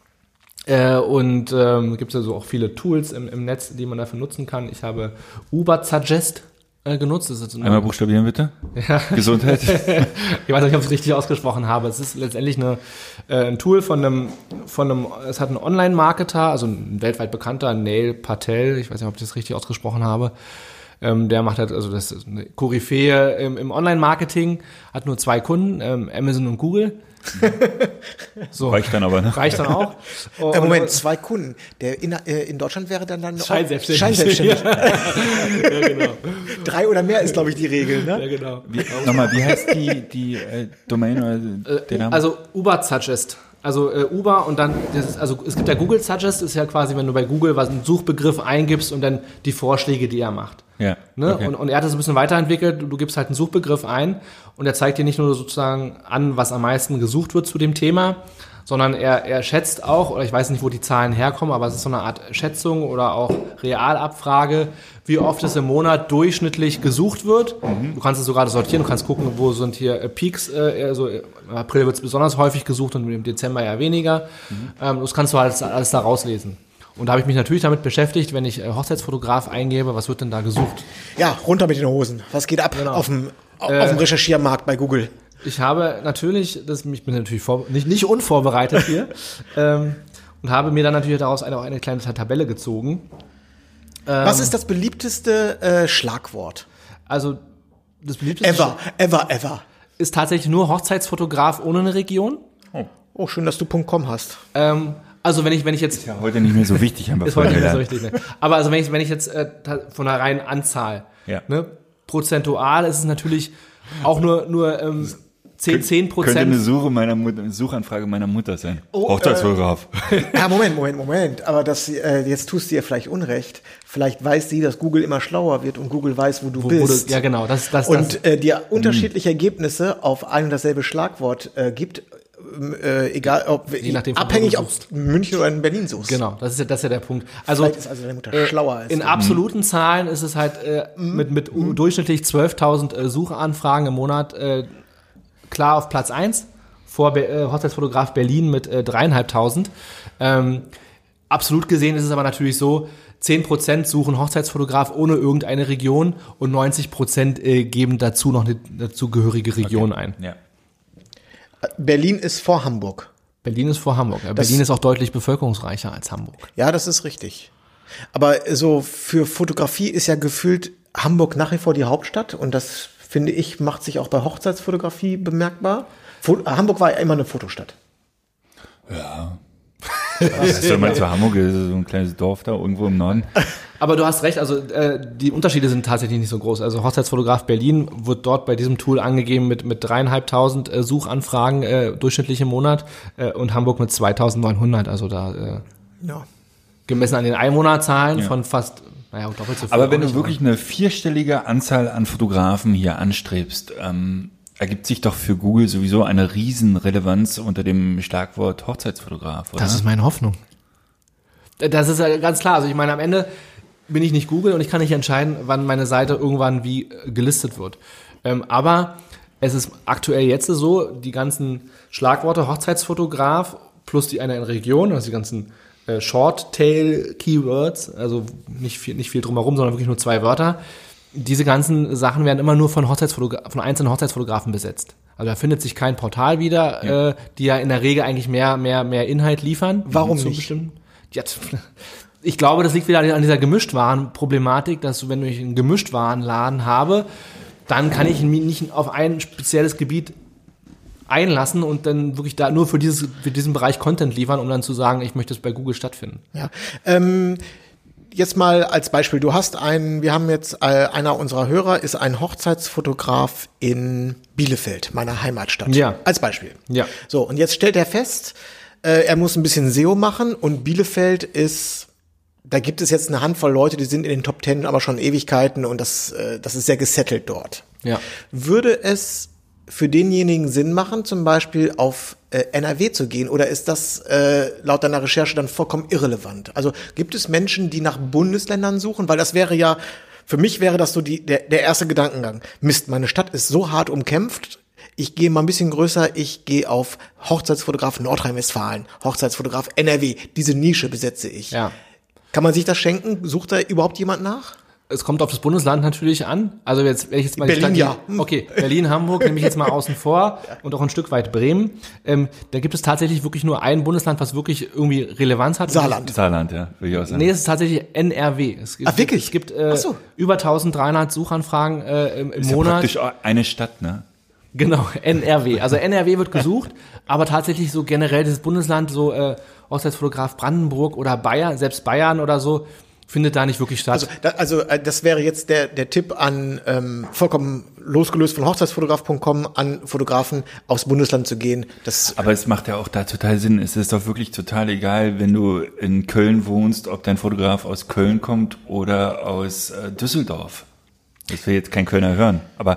Und gibt es ja so auch viele Tools im Netz, die man dafür nutzen kann. Ich habe Ubersuggest genutzt. Das ist Einmal buchstabieren bitte. Ja. Gesundheit. Ich weiß nicht, ob ich es richtig ausgesprochen habe. Es ist letztendlich ein Tool von einem, es hat einen Online-Marketer, also ein weltweit bekannter, Neil Patel, ich weiß nicht, ob ich das richtig ausgesprochen habe. Der macht halt, also das ist eine Koryphäe im Online-Marketing, hat nur 2 Kunden, Amazon und Google. So. Reicht dann aber, ne? Reicht dann auch. Moment, 2 Kunden. Der in Deutschland wäre dann Scheinselbstständig. Ja, genau. 3 oder mehr ist, glaube ich, die Regel, ne? Ja, genau. Wie heißt die Domain oder der Name? Also Ubersuggest. Also Uber und dann, es gibt ja Google Suggest, ist ja quasi, wenn du bei Google einen Suchbegriff eingibst und dann die Vorschläge, die er macht. Ja. Ne? Okay. Und er hat das ein bisschen weiterentwickelt. Du gibst halt einen Suchbegriff ein und er zeigt dir nicht nur sozusagen an, was am meisten gesucht wird zu dem Thema, sondern er schätzt auch, oder ich weiß nicht, wo die Zahlen herkommen, aber es ist so eine Art Schätzung oder auch Realabfrage, wie oft es im Monat durchschnittlich gesucht wird. Du kannst es sogar sortieren, du kannst gucken, wo sind hier Peaks, also im April wird es besonders häufig gesucht und im Dezember ja weniger. Das kannst du alles da rauslesen. Und da habe ich mich natürlich damit beschäftigt, wenn ich Hochzeitsfotograf eingebe, was wird denn da gesucht? Ja, runter mit den Hosen. Was geht ab auf dem Recherchiermarkt bei Google? Ich habe natürlich, ich bin natürlich nicht unvorbereitet hier, und habe mir dann natürlich daraus eine kleine Tabelle gezogen. Was ist das beliebteste Schlagwort? Also das beliebteste Ever. ist tatsächlich nur Hochzeitsfotograf ohne eine Region. Oh, schön, dass du .com hast. Also wenn ich jetzt Ist ja heute nicht mehr so wichtig, haben wir ist heute vorhin nicht mehr so gelernt. richtig, ne? Aber also wenn ich jetzt von der reinen Anzahl, Ja. ne, prozentual ist es natürlich auch nur 10%. Könnte eine Suchanfrage meiner Mutter sein. Hochzeitsfotograf. Ja, Moment. Aber jetzt tust du ihr vielleicht Unrecht. Vielleicht weiß sie, dass Google immer schlauer wird und Google weiß, wo du bist. Ja, genau. Das. Dir unterschiedliche Ergebnisse auf ein und dasselbe Schlagwort gibt, egal ob Je nachdem, abhängig, wo du ob suchst. München oder in Berlin suchst. Genau, das ist ja der Punkt. Also Vielleicht ist also deine Mutter schlauer als in du. absoluten Zahlen ist es halt mit durchschnittlich 12.000 Suchanfragen im Monat klar auf Platz 1 vor Hochzeitsfotograf Berlin mit 3.500. Absolut gesehen ist es aber natürlich so, 10% suchen Hochzeitsfotograf ohne irgendeine Region und 90% geben dazu noch eine dazugehörige Region ein. Ja. Berlin ist vor Hamburg. Berlin ist vor Hamburg. Berlin ist auch deutlich bevölkerungsreicher als Hamburg. Ja, das ist richtig. Aber so für Fotografie ist ja gefühlt Hamburg nach wie vor die Hauptstadt und das, finde ich, macht sich auch bei Hochzeitsfotografie bemerkbar. Hamburg war ja immer eine Fotostadt. Ja. Das ist, wenn man zu Hamburg ist, so ein kleines Dorf da irgendwo im Norden. Aber du hast recht, also die Unterschiede sind tatsächlich nicht so groß. Also Hochzeitsfotograf Berlin wird dort bei diesem Tool angegeben mit 3.500 Suchanfragen durchschnittlich im Monat und Hamburg mit 2.900. Also da Ja. gemessen an den Einwohnerzahlen von fast, doppelt so viel. Aber wenn auch du nicht, wirklich eine 4-stellige Anzahl an Fotografen hier anstrebst, ergibt sich doch für Google sowieso eine Riesenrelevanz unter dem Schlagwort Hochzeitsfotograf, oder? Das ist meine Hoffnung. Das ist ja ganz klar. Also ich meine, am Ende bin ich nicht Google und ich kann nicht entscheiden, wann meine Seite irgendwann wie gelistet wird. Aber es ist aktuell jetzt so, die ganzen Schlagworte Hochzeitsfotograf plus die eine Region, also die ganzen Short-Tail-Keywords, also nicht viel drumherum, sondern wirklich nur 2 Wörter. Diese ganzen Sachen werden immer nur von einzelnen Hochzeitsfotografen besetzt. Also da findet sich kein Portal wieder, die ja in der Regel eigentlich mehr Inhalt liefern. Warum nicht? Ja, ich glaube, das liegt wieder an dieser Gemischtwaren-Problematik, dass wenn ich einen Gemischtwarenladen habe, dann kann ich mich nicht auf ein spezielles Gebiet einlassen und dann wirklich da nur für diesen Bereich Content liefern, um dann zu sagen, ich möchte es bei Google stattfinden. Ja. Jetzt mal als Beispiel, einer unserer Hörer ist ein Hochzeitsfotograf in Bielefeld, meiner Heimatstadt. Ja. Als Beispiel. Ja. So, und jetzt stellt er fest, er muss ein bisschen SEO machen und Bielefeld da gibt es jetzt eine Handvoll Leute, die sind in den Top 10, aber schon Ewigkeiten und das ist sehr gesettelt dort. Ja. Würde es für denjenigen Sinn machen, zum Beispiel auf NRW zu gehen, oder ist das laut deiner Recherche dann vollkommen irrelevant? Also gibt es Menschen, die nach Bundesländern suchen? Weil das wäre ja, für mich wäre das so der erste Gedankengang. Mist, meine Stadt ist so hart umkämpft, ich gehe mal ein bisschen größer, ich gehe auf Hochzeitsfotograf Nordrhein-Westfalen, Hochzeitsfotograf NRW, diese Nische besetze ich. Ja. Kann man sich das schenken? Sucht da überhaupt jemand nach? Es kommt auf das Bundesland natürlich an. Also wenn ich jetzt mal Berlin, ja. Okay, Berlin, Hamburg nehme ich jetzt mal außen vor und auch ein Stück weit Bremen. Da gibt es tatsächlich wirklich nur ein Bundesland, was wirklich irgendwie Relevanz hat. Saarland. Saarland, ja, würde ich auch sagen. Nee, es ist tatsächlich NRW. Wirklich? Es gibt über 1300 Suchanfragen im ist Monat. Ja praktisch eine Stadt, ne? Genau, NRW. Also NRW wird gesucht, aber tatsächlich so generell das Bundesland, so Hochzeitsfotograf Brandenburg oder Bayern, selbst Bayern oder so, findet da nicht wirklich statt. Also das wäre jetzt der Tipp an vollkommen losgelöst von Hochzeitsfotograf.com an Fotografen aufs Bundesland zu gehen. Aber es macht ja auch da total Sinn. Es ist doch wirklich total egal, wenn du in Köln wohnst, ob dein Fotograf aus Köln kommt oder aus Düsseldorf. Das will jetzt kein Kölner hören, aber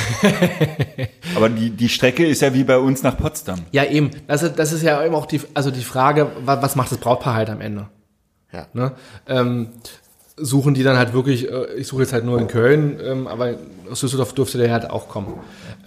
die Strecke ist ja wie bei uns nach Potsdam. Ja, eben. Das ist ja eben auch die Frage, was macht das Brautpaar halt am Ende? Ja. Ne? Suchen die dann halt wirklich, ich suche jetzt halt nur in Köln, aber aus Düsseldorf dürfte der halt auch kommen.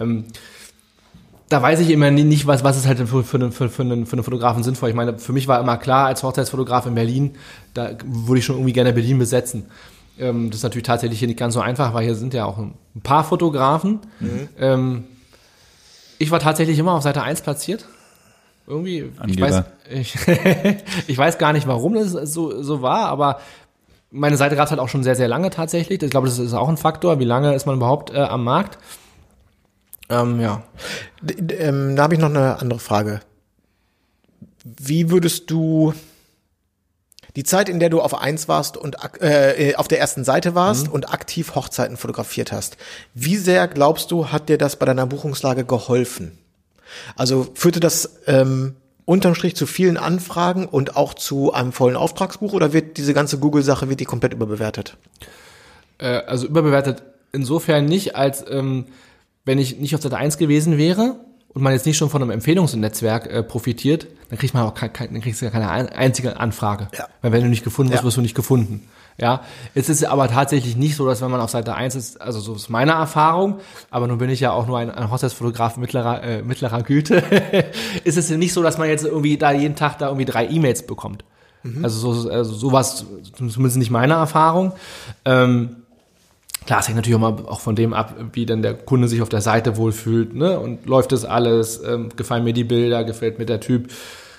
Da weiß ich immer nicht, was ist halt für einen Fotografen sinnvoll. Ich meine, für mich war immer klar, als Hochzeitsfotograf in Berlin, da würde ich schon irgendwie gerne Berlin besetzen. Das ist natürlich tatsächlich hier nicht ganz so einfach, weil hier sind ja auch ein paar Fotografen. Mhm. Ich war tatsächlich immer auf Seite 1 platziert. Irgendwie, ich weiß gar nicht, warum das so war, aber meine Seite gab es halt auch schon sehr, sehr lange tatsächlich. Ich glaube, das ist auch ein Faktor. Wie lange ist man überhaupt am Markt? Ja. Da habe ich noch eine andere Frage. Wie würdest du die Zeit, in der du auf 1 warst und auf der ersten Seite warst und aktiv Hochzeiten fotografiert hast, wie sehr, glaubst du, hat dir das bei deiner Buchungslage geholfen? Also führte das unterm Strich zu vielen Anfragen und auch zu einem vollen Auftragsbuch, oder wird diese ganze Google-Sache komplett überbewertet? Also überbewertet insofern nicht, als wenn ich nicht auf Seite 1 gewesen wäre und man jetzt nicht schon von einem Empfehlungsnetzwerk profitiert, dann kriegt man auch kriegst du ja keine einzige Anfrage. Ja. Weil wenn du nicht gefunden wirst, wirst du nicht gefunden. Ja, es ist aber tatsächlich nicht so, dass wenn man auf Seite 1 ist, also so ist meine Erfahrung, aber nun bin ich ja auch nur ein Hochzeitsfotograf mittlerer Güte, ist es nicht so, dass man jetzt irgendwie da jeden Tag da irgendwie 3 E-Mails bekommt. Mhm. Also sowas, zumindest nicht meine Erfahrung. Klar, es hängt natürlich auch von dem ab, wie dann der Kunde sich auf der Seite wohlfühlt, ne? Und läuft das alles, gefallen mir die Bilder, gefällt mir der Typ.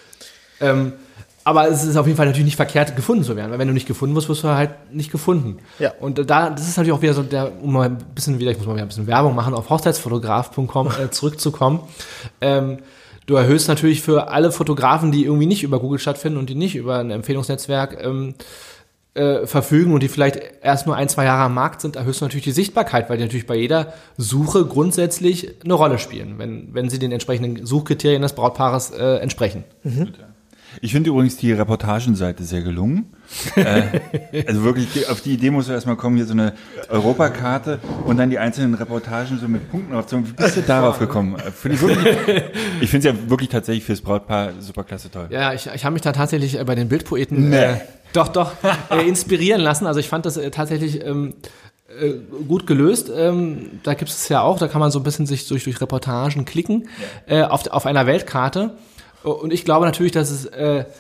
Aber es ist auf jeden Fall natürlich nicht verkehrt, gefunden zu werden, weil wenn du nicht gefunden wirst, wirst du halt nicht gefunden. Ja. Und das ist natürlich auch wieder so ich muss mal wieder ein bisschen Werbung machen, auf hochzeitsfotograf.com zurückzukommen. Du erhöhst natürlich für alle Fotografen, die irgendwie nicht über Google stattfinden und die nicht über ein Empfehlungsnetzwerk verfügen und die vielleicht erst nur 1-2 Jahre am Markt sind, erhöhst du natürlich die Sichtbarkeit, weil die natürlich bei jeder Suche grundsätzlich eine Rolle spielen, wenn sie den entsprechenden Suchkriterien des Brautpaares entsprechen. Mhm. Ich finde übrigens die Reportagenseite sehr gelungen. Also wirklich, auf die Idee muss du erstmal kommen, hier so eine Europakarte und dann die einzelnen Reportagen so mit Punkten aufzunehmen. Wie bist du darauf gekommen? Ich finde es ja wirklich tatsächlich fürs Brautpaar super klasse toll. Ja, ich habe mich da tatsächlich bei den Bildpoeten inspirieren lassen. Also ich fand das tatsächlich gut gelöst. Da gibt es ja auch, da kann man so ein bisschen sich durch Reportagen klicken auf einer Weltkarte. Und ich glaube natürlich, dass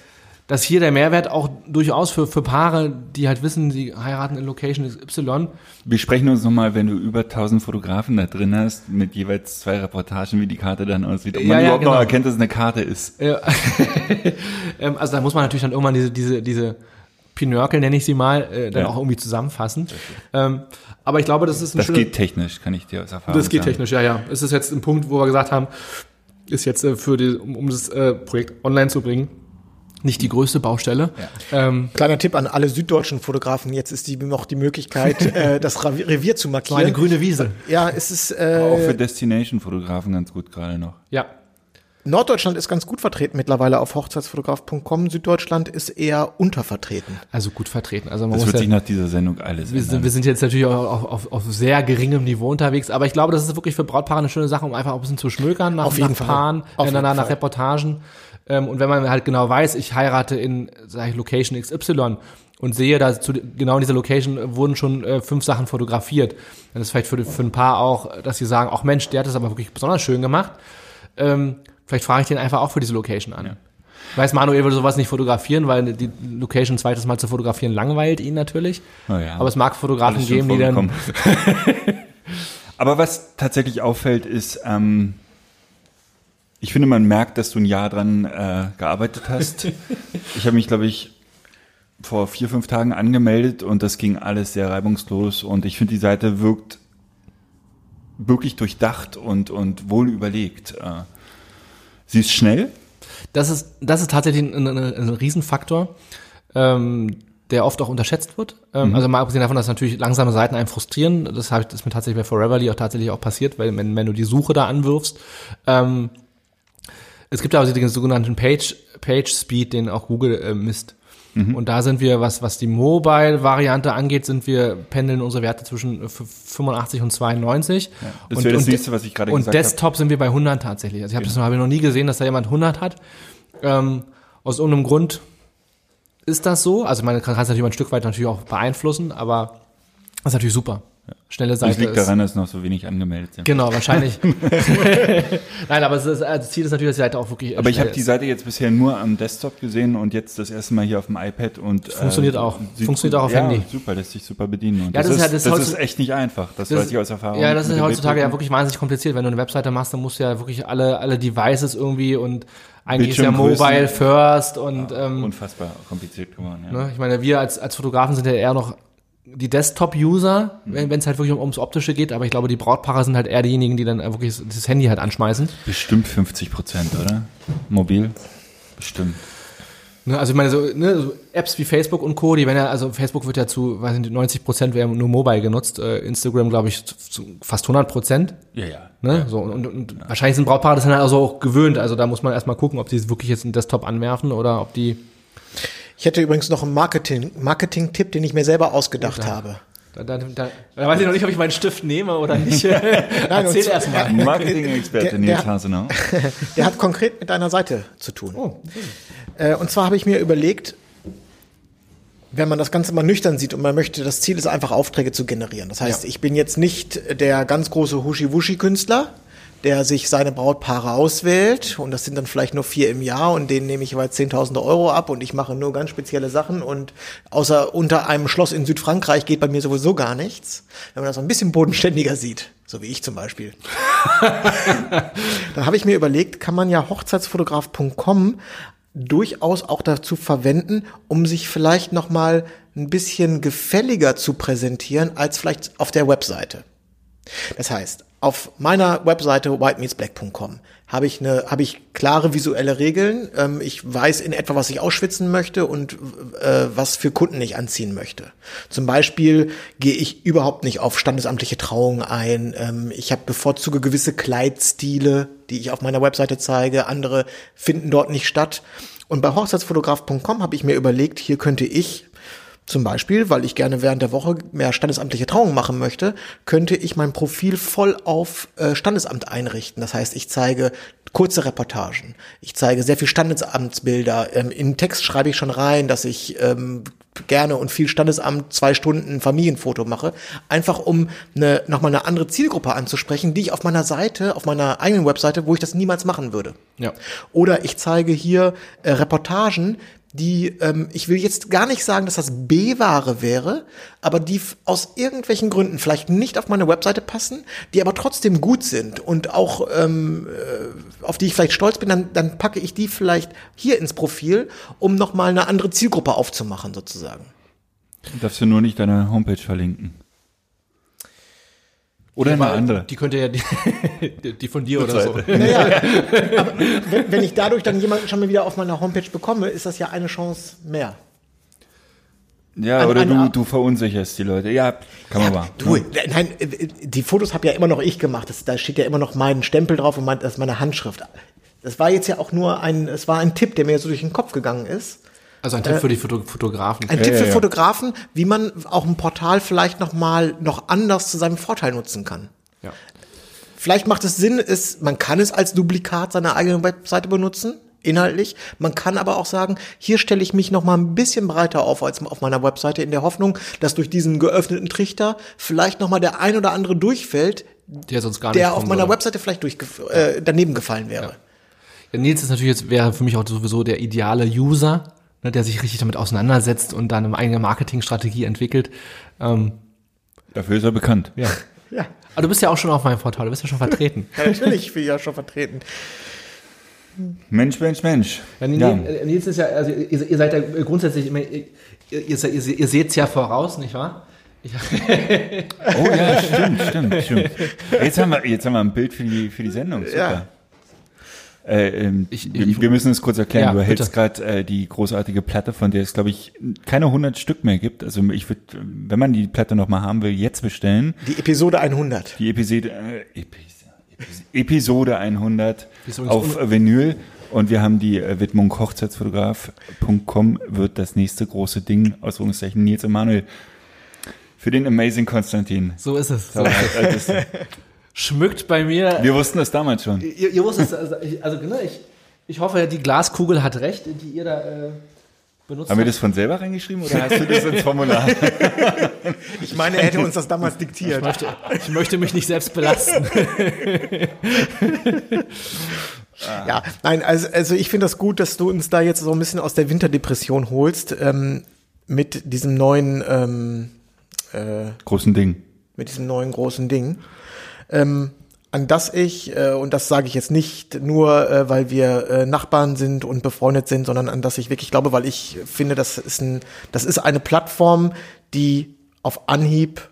dass hier der Mehrwert auch durchaus für Paare, die halt wissen, sie heiraten in Location XY. Wir sprechen uns nochmal, wenn du über 1000 Fotografen da drin hast, mit jeweils 2 Reportagen, wie die Karte dann aussieht. Ob man überhaupt noch erkennt, dass es eine Karte ist. Ja. Also da muss man natürlich dann irgendwann diese Pinörkel, nenne ich sie mal, dann auch irgendwie zusammenfassen. Aber ich glaube, das ist Das geht technisch, kann ich dir aus Erfahrung sagen. Das geht technisch, ja. Es ist jetzt ein Punkt, wo wir gesagt haben, ist jetzt um das Projekt online zu bringen, nicht die größte Baustelle. Ja. Kleiner Tipp an alle süddeutschen Fotografen, jetzt ist noch die Möglichkeit, das Revier zu markieren. So eine grüne Wiese. Ja, es ist... auch für Destination-Fotografen ganz gut gerade noch. Ja. Norddeutschland ist ganz gut vertreten mittlerweile auf hochzeitsfotograf.com. Süddeutschland ist eher untervertreten. Also gut vertreten. Also man das muss wird sich nach dieser Sendung alles ändern. Wir sind jetzt natürlich auch auf sehr geringem Niveau unterwegs, aber ich glaube, das ist wirklich für Brautpaare eine schöne Sache, um einfach auch ein bisschen zu schmökern nach Paaren, nach Reportagen. Und wenn man halt genau weiß, ich heirate in, sag ich, Location XY und sehe, dass genau in dieser Location wurden schon 5 Sachen fotografiert, dann ist vielleicht für ein Paar auch, dass sie sagen, ach Mensch, der hat das aber wirklich besonders schön gemacht. Vielleicht frage ich den einfach auch für diese Location an. Ja. Ich weiß, Manuel würde sowas nicht fotografieren, weil die Location zweites Mal zu fotografieren langweilt ihn natürlich. Oh ja. Aber es mag Fotografen geben, die dann... Aber was tatsächlich auffällt, ist... ich finde, man merkt, dass du ein Jahr dran gearbeitet hast. Ich habe mich, glaube ich, vor 4-5 Tagen angemeldet und das ging alles sehr reibungslos. Und ich finde, die Seite wirkt wirklich durchdacht und wohl überlegt. Sie ist schnell. Das ist tatsächlich ein Riesenfaktor, der oft auch unterschätzt wird. Also mal abgesehen davon, dass natürlich langsame Seiten einen frustrieren. Das ist mir tatsächlich bei Foreverly auch tatsächlich auch passiert, weil wenn du die Suche da anwirfst, es gibt ja also den sogenannten Page Speed, den auch Google misst. Und da sind wir, was die Mobile-Variante angeht, pendeln unsere Werte zwischen 85 und 92. Ja, das wäre das nächste, was ich gerade gesagt habe. Und Desktop sind wir bei 100 tatsächlich. Also habe ich noch nie gesehen, dass da jemand 100 hat. Aus irgendeinem Grund ist das so. Also man kann es natürlich ein Stück weit natürlich auch beeinflussen, aber das ist natürlich super. Schnelle Seite. Das liegt daran, dass noch so wenig angemeldet sind. Genau, wahrscheinlich. Nein, aber das Ziel ist natürlich, dass die Seite auch wirklich. Aber ich habe die Seite jetzt bisher nur am Desktop gesehen und jetzt das erste Mal hier auf dem iPad und funktioniert auch. Funktioniert auch auf Handy. Ja, super, lässt sich super bedienen. Und ja, das ist echt nicht einfach. Das weiß ich aus Erfahrung. Ja, das ist heutzutage ja wirklich wahnsinnig kompliziert. Wenn du eine Webseite machst, dann musst du ja wirklich alle Devices irgendwie und eigentlich ist ja Mobile first und unfassbar kompliziert geworden. Ja. Ne? Ich meine, wir als Fotografen sind ja eher noch die Desktop-User, wenn es halt wirklich ums Optische geht, aber ich glaube, die Brautpaare sind halt eher diejenigen, die dann wirklich das Handy halt anschmeißen. Bestimmt 50%, oder? Mobil? Bestimmt. Ne, also ich meine, so Apps wie Facebook und Co., die werden ja, also Facebook wird ja zu, 90% werden nur Mobile genutzt, Instagram, glaube ich, zu fast 100%. Ja. Ne, ja. so, und wahrscheinlich sind Brautpaare das dann halt also auch gewöhnt, also da muss man erstmal gucken, ob die wirklich jetzt einen Desktop anwerfen oder ob die... Ich hätte übrigens noch einen Marketing-Tipp, den ich mir selber ausgedacht habe. Da weiß ich noch nicht, ob ich meinen Stift nehme oder nicht. Nein, erzähl erst mal. Marketing-Experte Nils Hasenau. Der hat konkret mit deiner Seite zu tun. Und zwar habe ich mir überlegt, wenn man das Ganze mal nüchtern sieht und man möchte, das Ziel ist einfach Aufträge zu generieren. Das heißt, ich bin jetzt nicht der ganz große Huschi-Wuschi-Künstler, der sich seine Brautpaare auswählt und das sind dann vielleicht nur 4 im Jahr und denen nehme ich jeweils 10.000 Euro ab und ich mache nur ganz spezielle Sachen und außer unter einem Schloss in Südfrankreich geht bei mir sowieso gar nichts. Wenn man das so ein bisschen bodenständiger sieht, so wie ich zum Beispiel, dann habe ich mir überlegt, kann man ja hochzeitsfotograf.com durchaus auch dazu verwenden, um sich vielleicht nochmal ein bisschen gefälliger zu präsentieren als vielleicht auf der Webseite. Das heißt, auf meiner Webseite whitemeetsblack.com habe ich klare visuelle Regeln. Ich weiß in etwa, was ich ausschwitzen möchte und was für Kunden ich anziehen möchte. Zum Beispiel gehe ich überhaupt nicht auf standesamtliche Trauungen ein. Ich bevorzuge gewisse Kleidstile, die ich auf meiner Webseite zeige. Andere finden dort nicht statt. Und bei hochzeitsfotograf.com habe ich mir überlegt, hier könnte ich zum Beispiel, weil ich gerne während der Woche mehr standesamtliche Trauungen machen möchte, könnte ich mein Profil voll auf Standesamt einrichten. Das heißt, ich zeige kurze Reportagen. Ich zeige sehr viel Standesamtsbilder. In Text schreibe ich schon rein, dass ich gerne und viel Standesamt 2 Stunden Familienfoto mache. Einfach um nochmal eine andere Zielgruppe anzusprechen, die ich auf meiner Seite, auf meiner eigenen Webseite, wo ich das niemals machen würde. Ja. Oder ich zeige hier Reportagen, die, ich will jetzt gar nicht sagen, dass das B-Ware wäre, aber die aus irgendwelchen Gründen vielleicht nicht auf meine Webseite passen, die aber trotzdem gut sind und auch auf die ich vielleicht stolz bin, dann packe ich die vielleicht hier ins Profil, um nochmal eine andere Zielgruppe aufzumachen sozusagen. Darfst du nur nicht deine Homepage verlinken. Oder eine andere. Die könnte ja die von dir oder so. Naja, aber wenn ich dadurch dann jemanden schon mal wieder auf meiner Homepage bekomme, ist das ja eine Chance mehr. Ja, oder du verunsicherst die Leute. Ja, kann man machen. Nein, die Fotos habe ja immer noch ich gemacht. Da steht ja immer noch mein Stempel drauf und das ist meine Handschrift. Das war jetzt ja auch nur ein Tipp, der mir so durch den Kopf gegangen ist. Also ein Tipp für die Fotografen. Ein Tipp für Fotografen, wie man auch ein Portal vielleicht noch anders zu seinem Vorteil nutzen kann. Ja. Vielleicht macht es Sinn, man kann es als Duplikat seiner eigenen Webseite benutzen, inhaltlich. Man kann aber auch sagen, hier stelle ich mich noch mal ein bisschen breiter auf als auf meiner Webseite, in der Hoffnung, dass durch diesen geöffneten Trichter vielleicht noch mal der ein oder andere durchfällt, der sonst gar nicht auf meiner Webseite vielleicht daneben gefallen wäre. Ja, Nils ist natürlich wäre für mich auch sowieso der ideale User, ne, der sich richtig damit auseinandersetzt und dann eine eigene Marketingstrategie entwickelt. Dafür ist er bekannt. Ja. Ja. Aber du bist ja auch schon auf meinem Portal, du bist ja schon vertreten. Ja, natürlich bin ich ja schon vertreten. Mensch. Ja, Nils ist ja, also ihr seid ja grundsätzlich immer, ihr seht es ja voraus, nicht wahr? Oh ja, stimmt. Jetzt haben wir ein Bild für die Sendung, super. Ja. Wir müssen es kurz erklären. Ja, du hältst gerade die großartige Platte, von der es, glaube ich, keine 100 Stück mehr gibt. Also ich würde, wenn man die Platte noch mal haben will, jetzt bestellen. Die Episode 100. Die Episode 100 auf Vinyl. Und wir haben die Widmung hochzeitsfotograf.com wird das nächste große Ding, Ausrufungszeichen Nils Emanuel, für den Amazing Konstantin. So ist es. Schmückt bei mir. Wir wussten das damals schon. Ihr wusstet es, also genau, ich hoffe, die Glaskugel hat recht, die ihr da benutzt Haben wir das von selber reingeschrieben oder hast du das ins Formular? Ich meine, er hätte uns das damals diktiert. Ich möchte mich nicht selbst belasten. Ja, nein, also ich finde das gut, dass du uns da jetzt so ein bisschen aus der Winterdepression holst, mit diesem neuen großen Ding. Mit diesem neuen großen Ding. An das ich, und das sage ich jetzt nicht nur, weil wir Nachbarn sind und befreundet sind, sondern an das ich wirklich glaube, weil ich finde, das ist eine Plattform, die auf Anhieb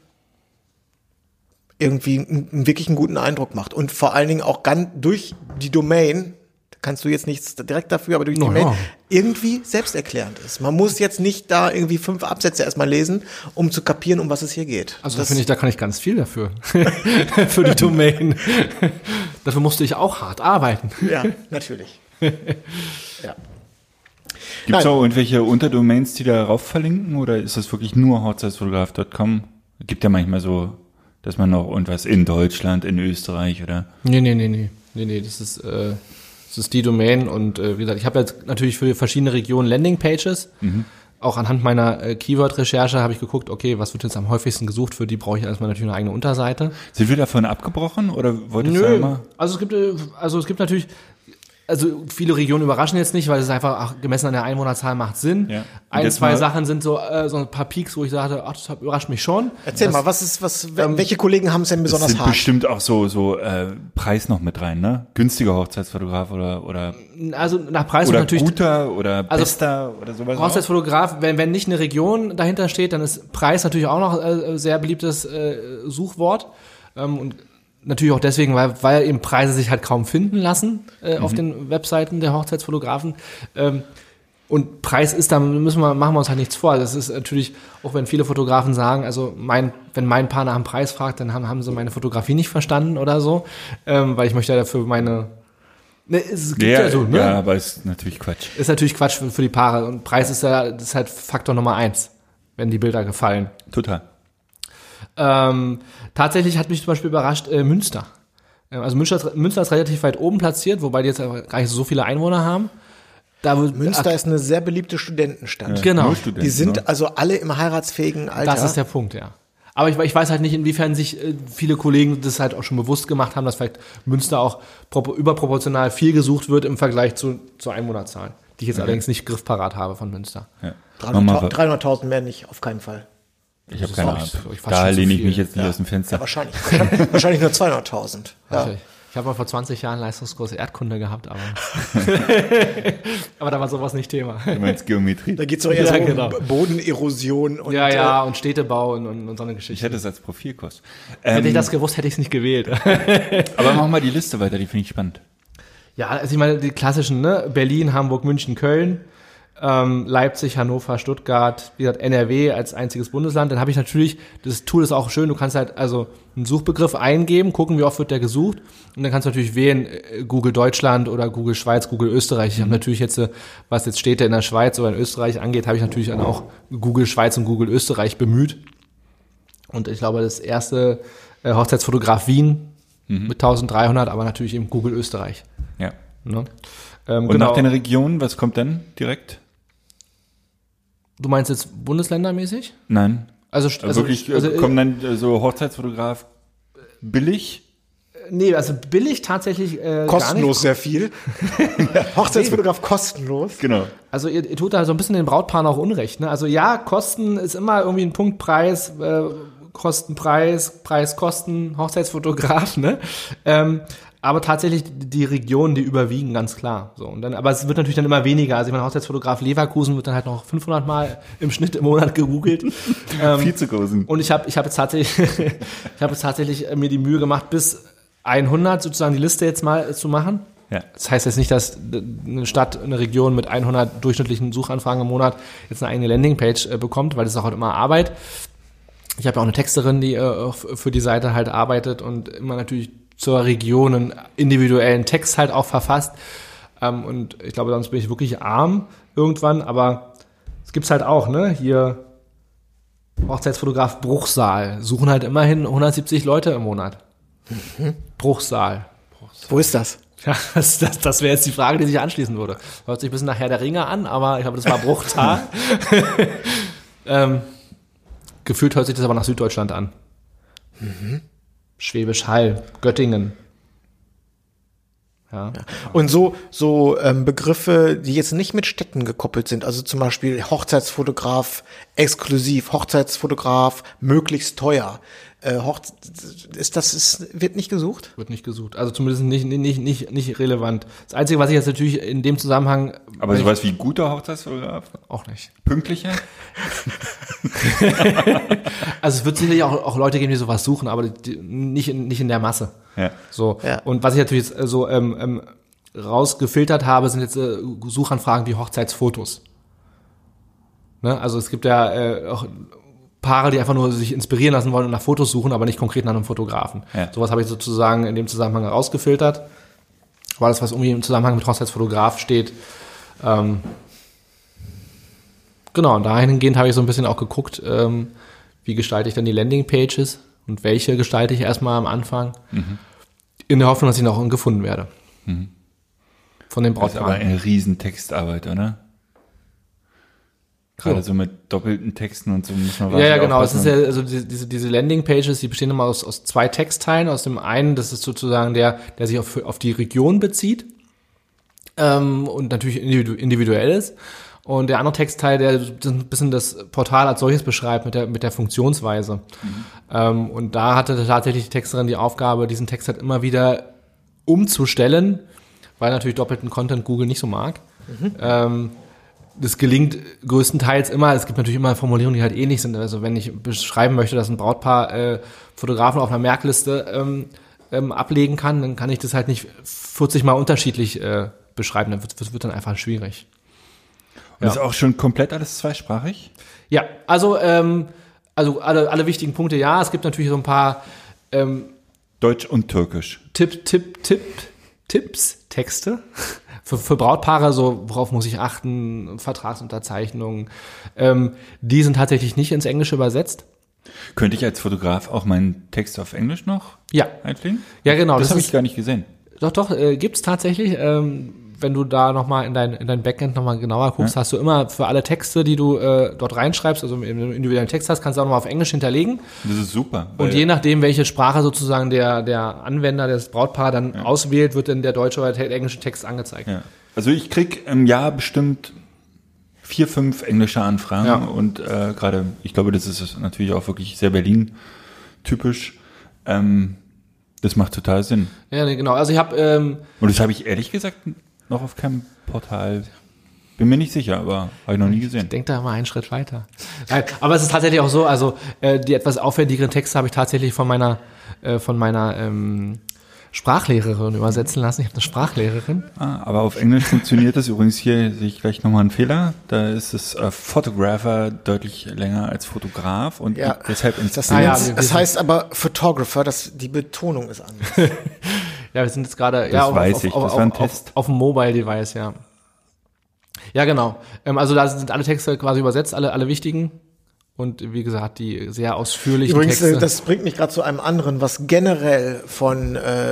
irgendwie wirklich einen guten Eindruck macht und vor allen Dingen auch ganz durch die Domain, kannst du jetzt nichts direkt dafür, aber durch die Domain irgendwie selbsterklärend ist. Man muss jetzt nicht da irgendwie 5 Absätze erstmal lesen, um zu kapieren, um was es hier geht. Also da kann ich ganz viel dafür. Für die Domain. Dafür musste ich auch hart arbeiten. Ja, natürlich. Ja. Gibt es auch irgendwelche Unterdomains, die darauf verlinken oder ist das wirklich nur hochzeitsfotograf.com? Gibt ja manchmal so, dass man noch irgendwas in Deutschland, in Österreich oder? Nee, das ist die Domain und wie gesagt, ich habe jetzt natürlich für verschiedene Regionen Landingpages. Auch anhand meiner Keyword-Recherche habe ich geguckt, okay, was wird jetzt am häufigsten gesucht, für die brauche ich erstmal natürlich eine eigene Unterseite. Sind wir davon abgebrochen oder wolltest du immer? Also es gibt natürlich, also viele Regionen überraschen jetzt nicht, weil es einfach gemessen an der Einwohnerzahl macht Sinn. Ja. Zwei Sachen sind so ein paar Peaks, wo ich sage, ach, das überrascht mich schon. Erzähl mal, welche Kollegen haben es denn besonders hart? Das sind bestimmt auch so Preis noch mit rein, ne? Günstiger Hochzeitsfotograf oder also nach Preis oder natürlich guter oder bester oder sowas. Hochzeitsfotograf, wenn nicht eine Region dahinter steht, dann ist Preis natürlich auch noch sehr beliebtes Suchwort und natürlich auch deswegen, weil eben Preise sich halt kaum finden lassen auf den Webseiten der Hochzeitsfotografen. Und Preis ist, da machen wir uns halt nichts vor. Das ist natürlich, auch wenn viele Fotografen sagen, also wenn mein Paar nach dem Preis fragt, dann haben sie meine Fotografie nicht verstanden oder so, weil ich möchte ja dafür es gibt ja so, ne? Ja, aber ist natürlich Quatsch. Ist natürlich Quatsch für die Paare und Preis ist halt Faktor Nummer 1, wenn die Bilder gefallen. Total. Tatsächlich hat mich zum Beispiel überrascht Münster. Also Münster ist relativ weit oben platziert, wobei die jetzt gar nicht so viele Einwohner haben. Münster ist eine sehr beliebte Studentenstadt. Ja, genau. Die sind also alle im heiratsfähigen Alter. Das ist der Punkt, ja. Aber ich weiß halt nicht, inwiefern sich viele Kollegen das halt auch schon bewusst gemacht haben, dass vielleicht Münster auch überproportional viel gesucht wird im Vergleich zur Einwohnerzahl. die ich jetzt allerdings nicht griffparat habe von Münster. Ja. 300.000 mehr nicht, auf keinen Fall. Ich habe ist keine auch- Ahnung. ich fast Da schon zu lehne ich viel. mich jetzt nicht aus dem Ja, Fenster. wahrscheinlich nur 200.000. Ja. Ich habe mal vor 20 Jahren Leistungskurs Erdkunde gehabt, aber aber da war sowas nicht Thema. Du meinst Geometrie? Da geht es doch eher Ja, so genau. um Bodenerosion und Ja, und Städtebau und so eine Ich Geschichte. hätte es als Profilkurs. Hätte ich das gewusst, hätte ich es nicht gewählt. Aber machen wir die Liste weiter, die finde ich spannend. Ja, also ich meine, die klassischen, ne? Berlin, Hamburg, München, Köln, Leipzig, Hannover, Stuttgart, wie gesagt, NRW als einziges Bundesland. Dann habe ich natürlich, das Tool ist auch schön, du kannst halt also einen Suchbegriff eingeben, gucken, wie oft wird der gesucht. Und dann kannst du natürlich wählen, Google Deutschland oder Google Schweiz, Google Österreich. Ich habe natürlich jetzt, was jetzt Städte in der Schweiz oder in Österreich angeht, habe ich natürlich dann auch Google Schweiz und Google Österreich bemüht. Und ich glaube, das erste Hochzeitsfotograf Wien mit 1300, aber natürlich eben Google Österreich. Ja. Ne? Und nach den Regionen, was kommt dann direkt? Du meinst jetzt bundesländermäßig? Nein. Also Wirklich, kommen dann so Hochzeitsfotograf billig? Nee, also billig tatsächlich gar kostenlos nicht. sehr viel. Hochzeitsfotograf kostenlos. Genau. Also ihr tut da so ein bisschen den Brautpaaren auch Unrecht. Ne? Also ja, Kosten ist immer irgendwie ein Punkt, Preis, Kostenpreis, Preis, Kosten, Hochzeitsfotograf. Ne? Aber tatsächlich die Regionen, die überwiegen, ganz klar. So, und dann, aber es wird natürlich dann immer weniger. Also ich meine, Hochzeitsfotograf Leverkusen wird dann halt noch 500 Mal im Schnitt im Monat gegoogelt. Viel zu großen. Und ich habe jetzt tatsächlich mir die Mühe gemacht, bis 100 sozusagen die Liste jetzt mal zu machen. Ja. Das heißt jetzt nicht, dass eine Stadt, eine Region mit 100 durchschnittlichen Suchanfragen im Monat jetzt eine eigene Landingpage bekommt, weil das ist auch halt immer Arbeit. Ich habe ja auch eine Texterin, die für die Seite halt arbeitet und immer natürlich zur Region einen individuellen Text halt auch verfasst. Und ich glaube, sonst bin ich wirklich arm irgendwann, aber es gibt's halt auch, ne? Hier Hochzeitsfotograf Bruchsal suchen halt immerhin 170 Leute im Monat. Bruchsal. Wo ist das? Ja, das wäre jetzt die Frage, die sich anschließen würde. Hört sich ein bisschen nach Herr der Ringe an, aber ich glaube, das war Bruchsal. Gefühlt hört sich das aber nach Süddeutschland an. Schwäbisch Hall, Göttingen. Ja. Und so Begriffe, die jetzt nicht mit Städten gekoppelt sind, also zum Beispiel Hochzeitsfotograf exklusiv, Hochzeitsfotograf möglichst teuer. Wird nicht gesucht? Wird nicht gesucht. Also zumindest nicht relevant. Das Einzige, was ich jetzt natürlich in dem Zusammenhang Aber sowas wie guter Hochzeitsfotograf? auch nicht. Pünktlicher? Also es wird sicherlich auch Leute geben, die sowas suchen, aber nicht in der Masse. Ja. So. Ja. Und was ich natürlich jetzt so rausgefiltert habe, sind jetzt Suchanfragen wie Hochzeitsfotos. Ne? Also es gibt ja auch Paare, die einfach nur sich inspirieren lassen wollen und nach Fotos suchen, aber nicht konkret nach einem Fotografen. Ja. Sowas habe ich sozusagen in dem Zusammenhang rausgefiltert. Weil das, was irgendwie im Zusammenhang mit Hochzeitsfotograf steht. Genau, und dahingehend habe ich so ein bisschen auch geguckt, wie gestalte ich dann die Landingpages und welche gestalte ich erstmal am Anfang, in der Hoffnung, dass ich noch gefunden werde. Von den Das ist aber Brautpaaren. eine riesen Textarbeit, oder? Gerade so mit doppelten Texten und so muss man Ja, genau. Es aufpassen. ist ja, also diese Landingpages, die bestehen immer aus zwei Textteilen. Aus dem einen, das ist sozusagen der sich auf die Region bezieht und natürlich individuell ist. Und der andere Textteil, der so ein bisschen das Portal als solches beschreibt mit der Funktionsweise. Und da hatte tatsächlich die Texterin die Aufgabe, diesen Text halt immer wieder umzustellen, weil natürlich doppelten Content Google nicht so mag. Das gelingt größtenteils immer. Es gibt natürlich immer Formulierungen, die halt ähnlich sind. Also wenn ich beschreiben möchte, dass ein Brautpaar Fotografen auf einer Merkliste ablegen kann, dann kann ich das halt nicht 40 Mal unterschiedlich beschreiben. Dann wird dann einfach schwierig. Und ist auch schon komplett alles zweisprachig? Ja, also alle wichtigen Punkte, ja. Es gibt natürlich so ein paar Deutsch und Türkisch. Tipps, Texte für Brautpaare, so worauf muss ich achten, Vertragsunterzeichnungen, die sind tatsächlich nicht ins Englische übersetzt. Könnte ich als Fotograf auch meinen Text auf Englisch noch Ja, einpflegen? ja genau. Das habe ich ist, gar nicht gesehen. doch, gibt's tatsächlich. Wenn du da nochmal in dein Backend nochmal genauer guckst, hast du immer für alle Texte, die du dort reinschreibst, also im individuellen Text hast, kannst du auch nochmal auf Englisch hinterlegen. Das ist super. Und je nachdem, welche Sprache sozusagen der Anwender, das Brautpaar dann auswählt, wird dann der deutsche oder der englische Text angezeigt. Ja. Also ich krieg im Jahr bestimmt 4, 5 englische Anfragen und gerade, ich glaube, das ist natürlich auch wirklich sehr Berlin-typisch. Das macht total Sinn. Ja, nee, genau. Also ich habe und das habe ich ehrlich gesagt noch auf keinem Portal. Bin mir nicht sicher, aber habe ich noch nie gesehen. Ich denke da mal einen Schritt weiter. Nein, aber es ist tatsächlich auch so, also die etwas aufwendigeren Texte habe ich tatsächlich von meiner Sprachlehrerin übersetzen lassen. Ich habe eine Sprachlehrerin. Aber auf Englisch funktioniert das übrigens. Hier sehe ich gleich nochmal einen Fehler. Da ist das Photographer deutlich länger als Fotograf und deshalb das heißt aber Photographer, die Betonung ist anders. Ja, wir sind jetzt gerade das war ein Test. Auf dem Mobile-Device, ja. Ja, genau. Also da sind alle Texte quasi übersetzt, alle wichtigen. Und wie gesagt, die sehr ausführlichen Übrigens, Texte. das bringt mich gerade zu einem anderen, was generell von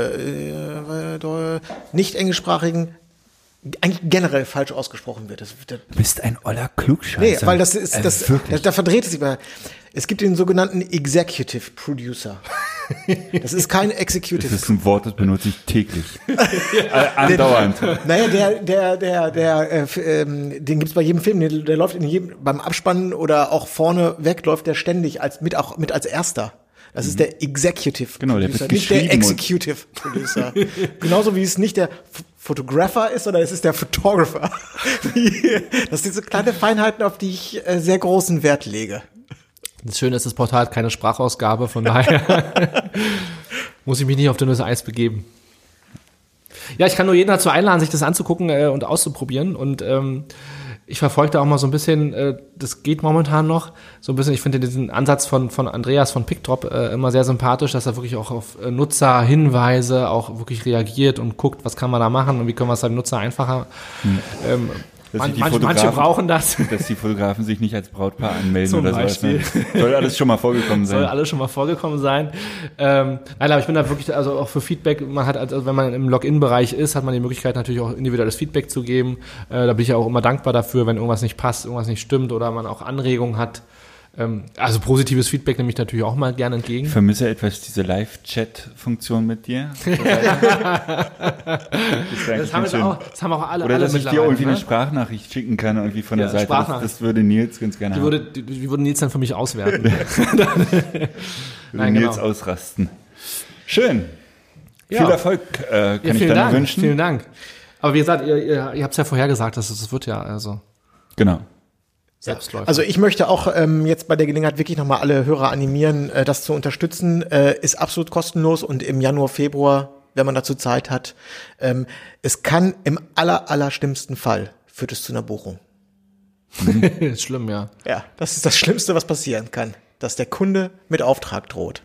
nicht englischsprachigen eigentlich generell falsch ausgesprochen wird. Du bist ein oller Klugscheißer. Nee, weil das ist, da verdreht es sich mal. Es gibt den sogenannten Executive Producer. Das ist kein Executive. Das ist ein Wort, das benutze ich täglich. Andauernd. Naja, den gibt's bei jedem Film. Der läuft beim Abspannen oder auch vorne weg läuft der ständig mit als erster. Das ist der Executive Producer, nicht der Executive Producer. Genauso wie es nicht der Photographer ist, sondern es ist der Photographer. Das sind so kleine Feinheiten, auf die ich sehr großen Wert lege. Das Schöne ist, das Portal hat keine Sprachausgabe, von daher muss ich mich nicht auf dünnes Eis begeben. Ja, ich kann nur jeden dazu einladen, sich das anzugucken und auszuprobieren. Und ich verfolge da auch mal so ein bisschen, das geht momentan noch, so ein bisschen, ich finde diesen Ansatz von Andreas von PickDrop immer sehr sympathisch, dass er wirklich auch auf Nutzerhinweise auch wirklich reagiert und guckt, was kann man da machen und wie können wir es dem Nutzer einfacher manche brauchen das. Dass die Fotografen sich nicht als Brautpaar anmelden Zum oder Beispiel. sowas. Ne? Soll alles schon mal vorgekommen sein. Soll alles schon mal vorgekommen sein. Nein, aber ich bin da wirklich, also auch für Feedback, man hat, also wenn man im Login-Bereich ist, hat man die Möglichkeit natürlich auch individuelles Feedback zu geben. Da bin ich ja auch immer dankbar dafür, wenn irgendwas nicht passt, irgendwas nicht stimmt oder man auch Anregungen hat. Also positives Feedback nehme ich natürlich auch mal gerne entgegen. Ich vermisse etwas diese Live-Chat-Funktion mit dir. Das haben auch alle. Oder dass ich dir irgendwie ne? eine Sprachnachricht schicken kann, irgendwie von der Seite. Das würde Nils ganz gerne haben. Die würde Nils dann für mich auswerten. Würde Nils ausrasten. Schön. Ja. Viel Erfolg kann ich dann wünschen. Vielen Dank. Aber wie gesagt, ihr habt es ja vorher gesagt, dass es wird ja also. Genau. Selbstläufer. Also ich möchte auch jetzt bei der Gelegenheit wirklich nochmal alle Hörer animieren, das zu unterstützen. Ist absolut kostenlos und im Januar, Februar, wenn man dazu Zeit hat, es kann im allerschlimmsten Fall führt es zu einer Buchung. Ist schlimm, ja. Ja, das ist das Schlimmste, was passieren kann, dass der Kunde mit Auftrag droht.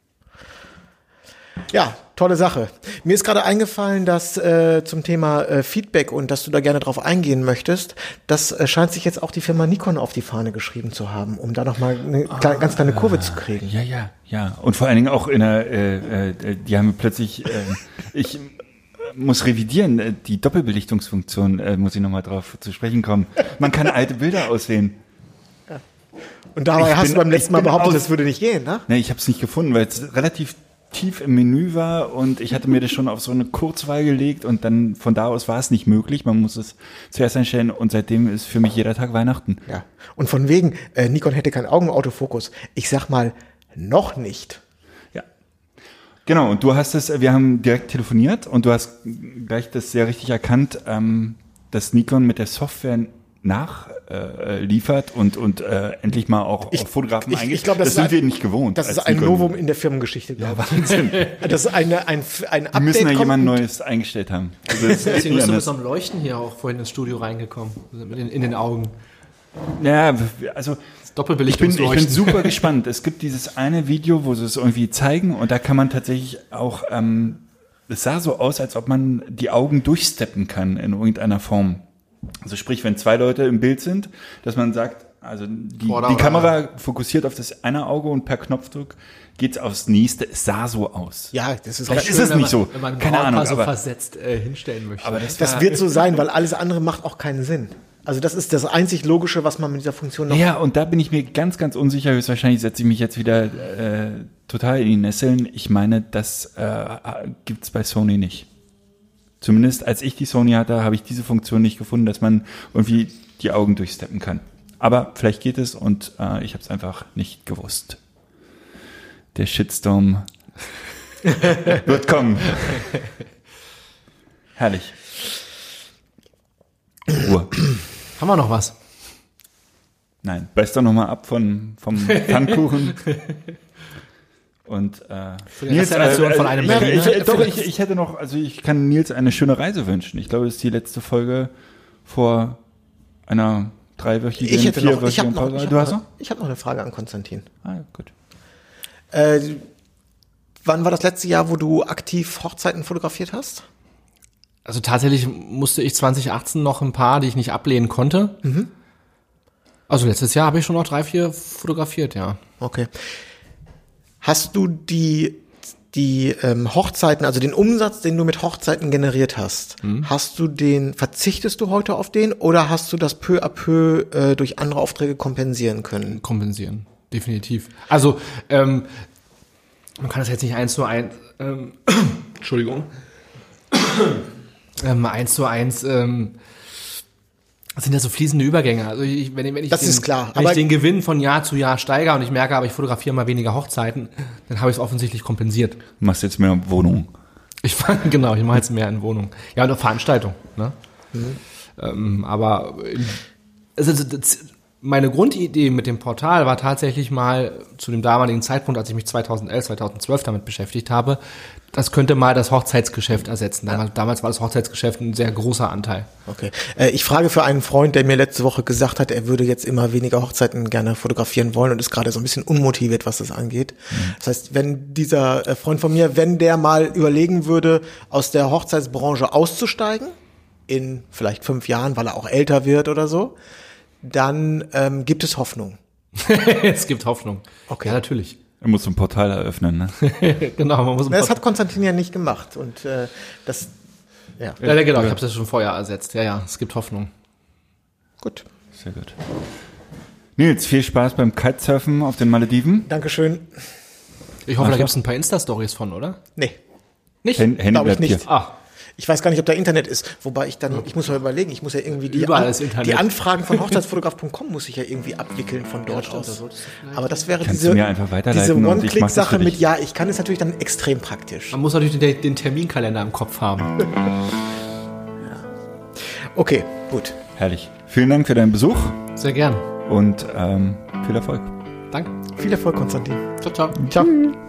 Ja, tolle Sache. Mir ist gerade eingefallen, dass zum Thema Feedback und dass du da gerne drauf eingehen möchtest, das scheint sich jetzt auch die Firma Nikon auf die Fahne geschrieben zu haben, um da nochmal eine ganz kleine Kurve zu kriegen. Ja. Und vor allen Dingen auch die haben plötzlich, ich muss revidieren, die Doppelbelichtungsfunktion, muss ich nochmal drauf zu sprechen kommen. Man kann alte Bilder aussehen. Ja. Und dabei hast du beim letzten Mal behauptet, das würde nicht gehen, ne? Ne, ich habe es nicht gefunden, weil es relativ tief im Menü war und ich hatte mir das schon auf so eine Kurzwahl gelegt und dann von da aus war es nicht möglich. Man muss es zuerst einstellen und seitdem ist für mich jeder Tag Weihnachten. Ja. Und von wegen, Nikon hätte keinen Augenautofokus. Ich sag mal, noch nicht. Ja. Genau, und wir haben direkt telefoniert und du hast gleich das sehr richtig erkannt, dass Nikon mit der Software nachliefert und endlich mal auch auf Fotografen eingeht. Ich glaub, das sind wir nicht gewohnt. Das ist ein Novum in der Firmengeschichte, glaube ich. Wahnsinn. Das ist ein Update. Die müssen ja jemand Neues eingestellt haben. Deswegen bist du mit so einem Leuchten hier auch vorhin ins Studio reingekommen, in den Augen. Ja, also ich bin super gespannt. Es gibt dieses eine Video, wo sie es irgendwie zeigen und da kann man tatsächlich auch, es sah so aus, als ob man die Augen durchsteppen kann in irgendeiner Form. Also sprich, wenn 2 Leute im Bild sind, dass man sagt, also die Kamera fokussiert auf das eine Auge und per Knopfdruck geht's aufs nächste. Es sah so aus. Ja, das ist vielleicht schön, ist es nicht so. Wenn man keine Ahnung, so aber versetzt hinstellen möchte. Aber das wird so sein, weil alles andere macht auch keinen Sinn. Also das ist das einzig Logische, was man mit dieser Funktion noch... Ja, und da bin ich mir ganz, ganz unsicher. Höchstwahrscheinlich setze ich mich jetzt wieder total in die Nesseln. Ich meine, das gibt's bei Sony nicht. Zumindest als ich die Sony hatte, habe ich diese Funktion nicht gefunden, dass man irgendwie die Augen durchsteppen kann. Aber vielleicht geht es und ich habe es einfach nicht gewusst. Der Shitstorm wird kommen. Herrlich. Ruhe. Haben wir noch was? Nein, beiß doch nochmal ab vom Pfannkuchen. Und Nils, von einem Berliner. ich hätte noch, also ich kann Nils eine schöne Reise wünschen. Ich glaube, das ist die letzte Folge vor einer 3-wöchigen, 4-wöchigen Pause. Du hast noch? Ich habe noch eine Frage an Konstantin. Ah, gut. Wann war das letzte Jahr, wo du aktiv Hochzeiten fotografiert hast? Also tatsächlich musste ich 2018 noch ein paar, die ich nicht ablehnen konnte. Mhm. Also letztes Jahr habe ich schon noch 3-4 fotografiert, ja. Okay. Hast du die Hochzeiten, also den Umsatz, den du mit Hochzeiten generiert hast, verzichtest du heute auf den oder hast du das peu à peu durch andere Aufträge kompensieren können? Kompensieren, definitiv. Also man kann das jetzt nicht 1:1, Entschuldigung, 1:1, das sind ja so fließende Übergänge. Also wenn ich den Gewinn von Jahr zu Jahr steigere und ich merke, aber ich fotografiere mal weniger Hochzeiten, dann habe ich es offensichtlich kompensiert. Du machst jetzt mehr Wohnungen. Ich mache jetzt mehr in Wohnungen. Ja, und eine Veranstaltung. Ne? Aber meine Grundidee mit dem Portal war tatsächlich mal zu dem damaligen Zeitpunkt, als ich mich 2011, 2012 damit beschäftigt habe, das könnte mal das Hochzeitsgeschäft ersetzen. Damals war das Hochzeitsgeschäft ein sehr großer Anteil. Okay. Ich frage für einen Freund, der mir letzte Woche gesagt hat, er würde jetzt immer weniger Hochzeiten gerne fotografieren wollen und ist gerade so ein bisschen unmotiviert, was das angeht. Das heißt, wenn dieser Freund von mir, wenn der mal überlegen würde, aus der Hochzeitsbranche auszusteigen, in vielleicht 5 Jahren, weil er auch älter wird oder so, dann gibt es Hoffnung. Es gibt Hoffnung. Okay. Ja, natürlich. Er muss ein Portal eröffnen, ne? Genau, man muss das hat Konstantin ja nicht gemacht und das, ja. Ja, genau, ich habe das schon vorher ersetzt. Ja, es gibt Hoffnung. Gut. Sehr gut. Nils, viel Spaß beim Kitesurfen auf den Malediven. Dankeschön. Ich hoffe, da gibt es ein paar Insta-Stories von, oder? Nee. Nicht? Handy glaube ich bleibt nicht. hier. Ah. Ich weiß gar nicht, ob da Internet ist, wobei ich muss mal überlegen, ich muss ja irgendwie die Anfragen von Hochzeitsfotograf.com muss ich ja irgendwie abwickeln von dort aus. Aber das wäre Kannst du mir einfach weiterleiten diese und ich mach das One-Click-Sache für dich. mit, ja, ich kann es natürlich dann extrem praktisch. Man muss natürlich den Terminkalender im Kopf haben. Okay, gut. Herrlich. Vielen Dank für deinen Besuch Sehr gern. und viel Erfolg. Danke. Viel Erfolg, Konstantin. Ciao, ciao. Ciao.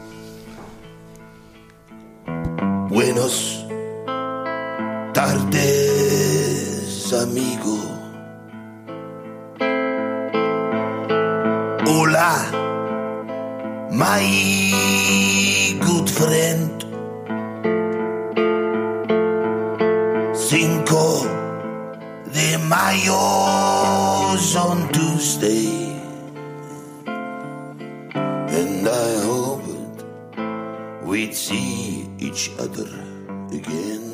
Buenos tardes, amigo. Hola, my good friend. 5 de Mayo on Tuesday, and I hoped we'd see each other again.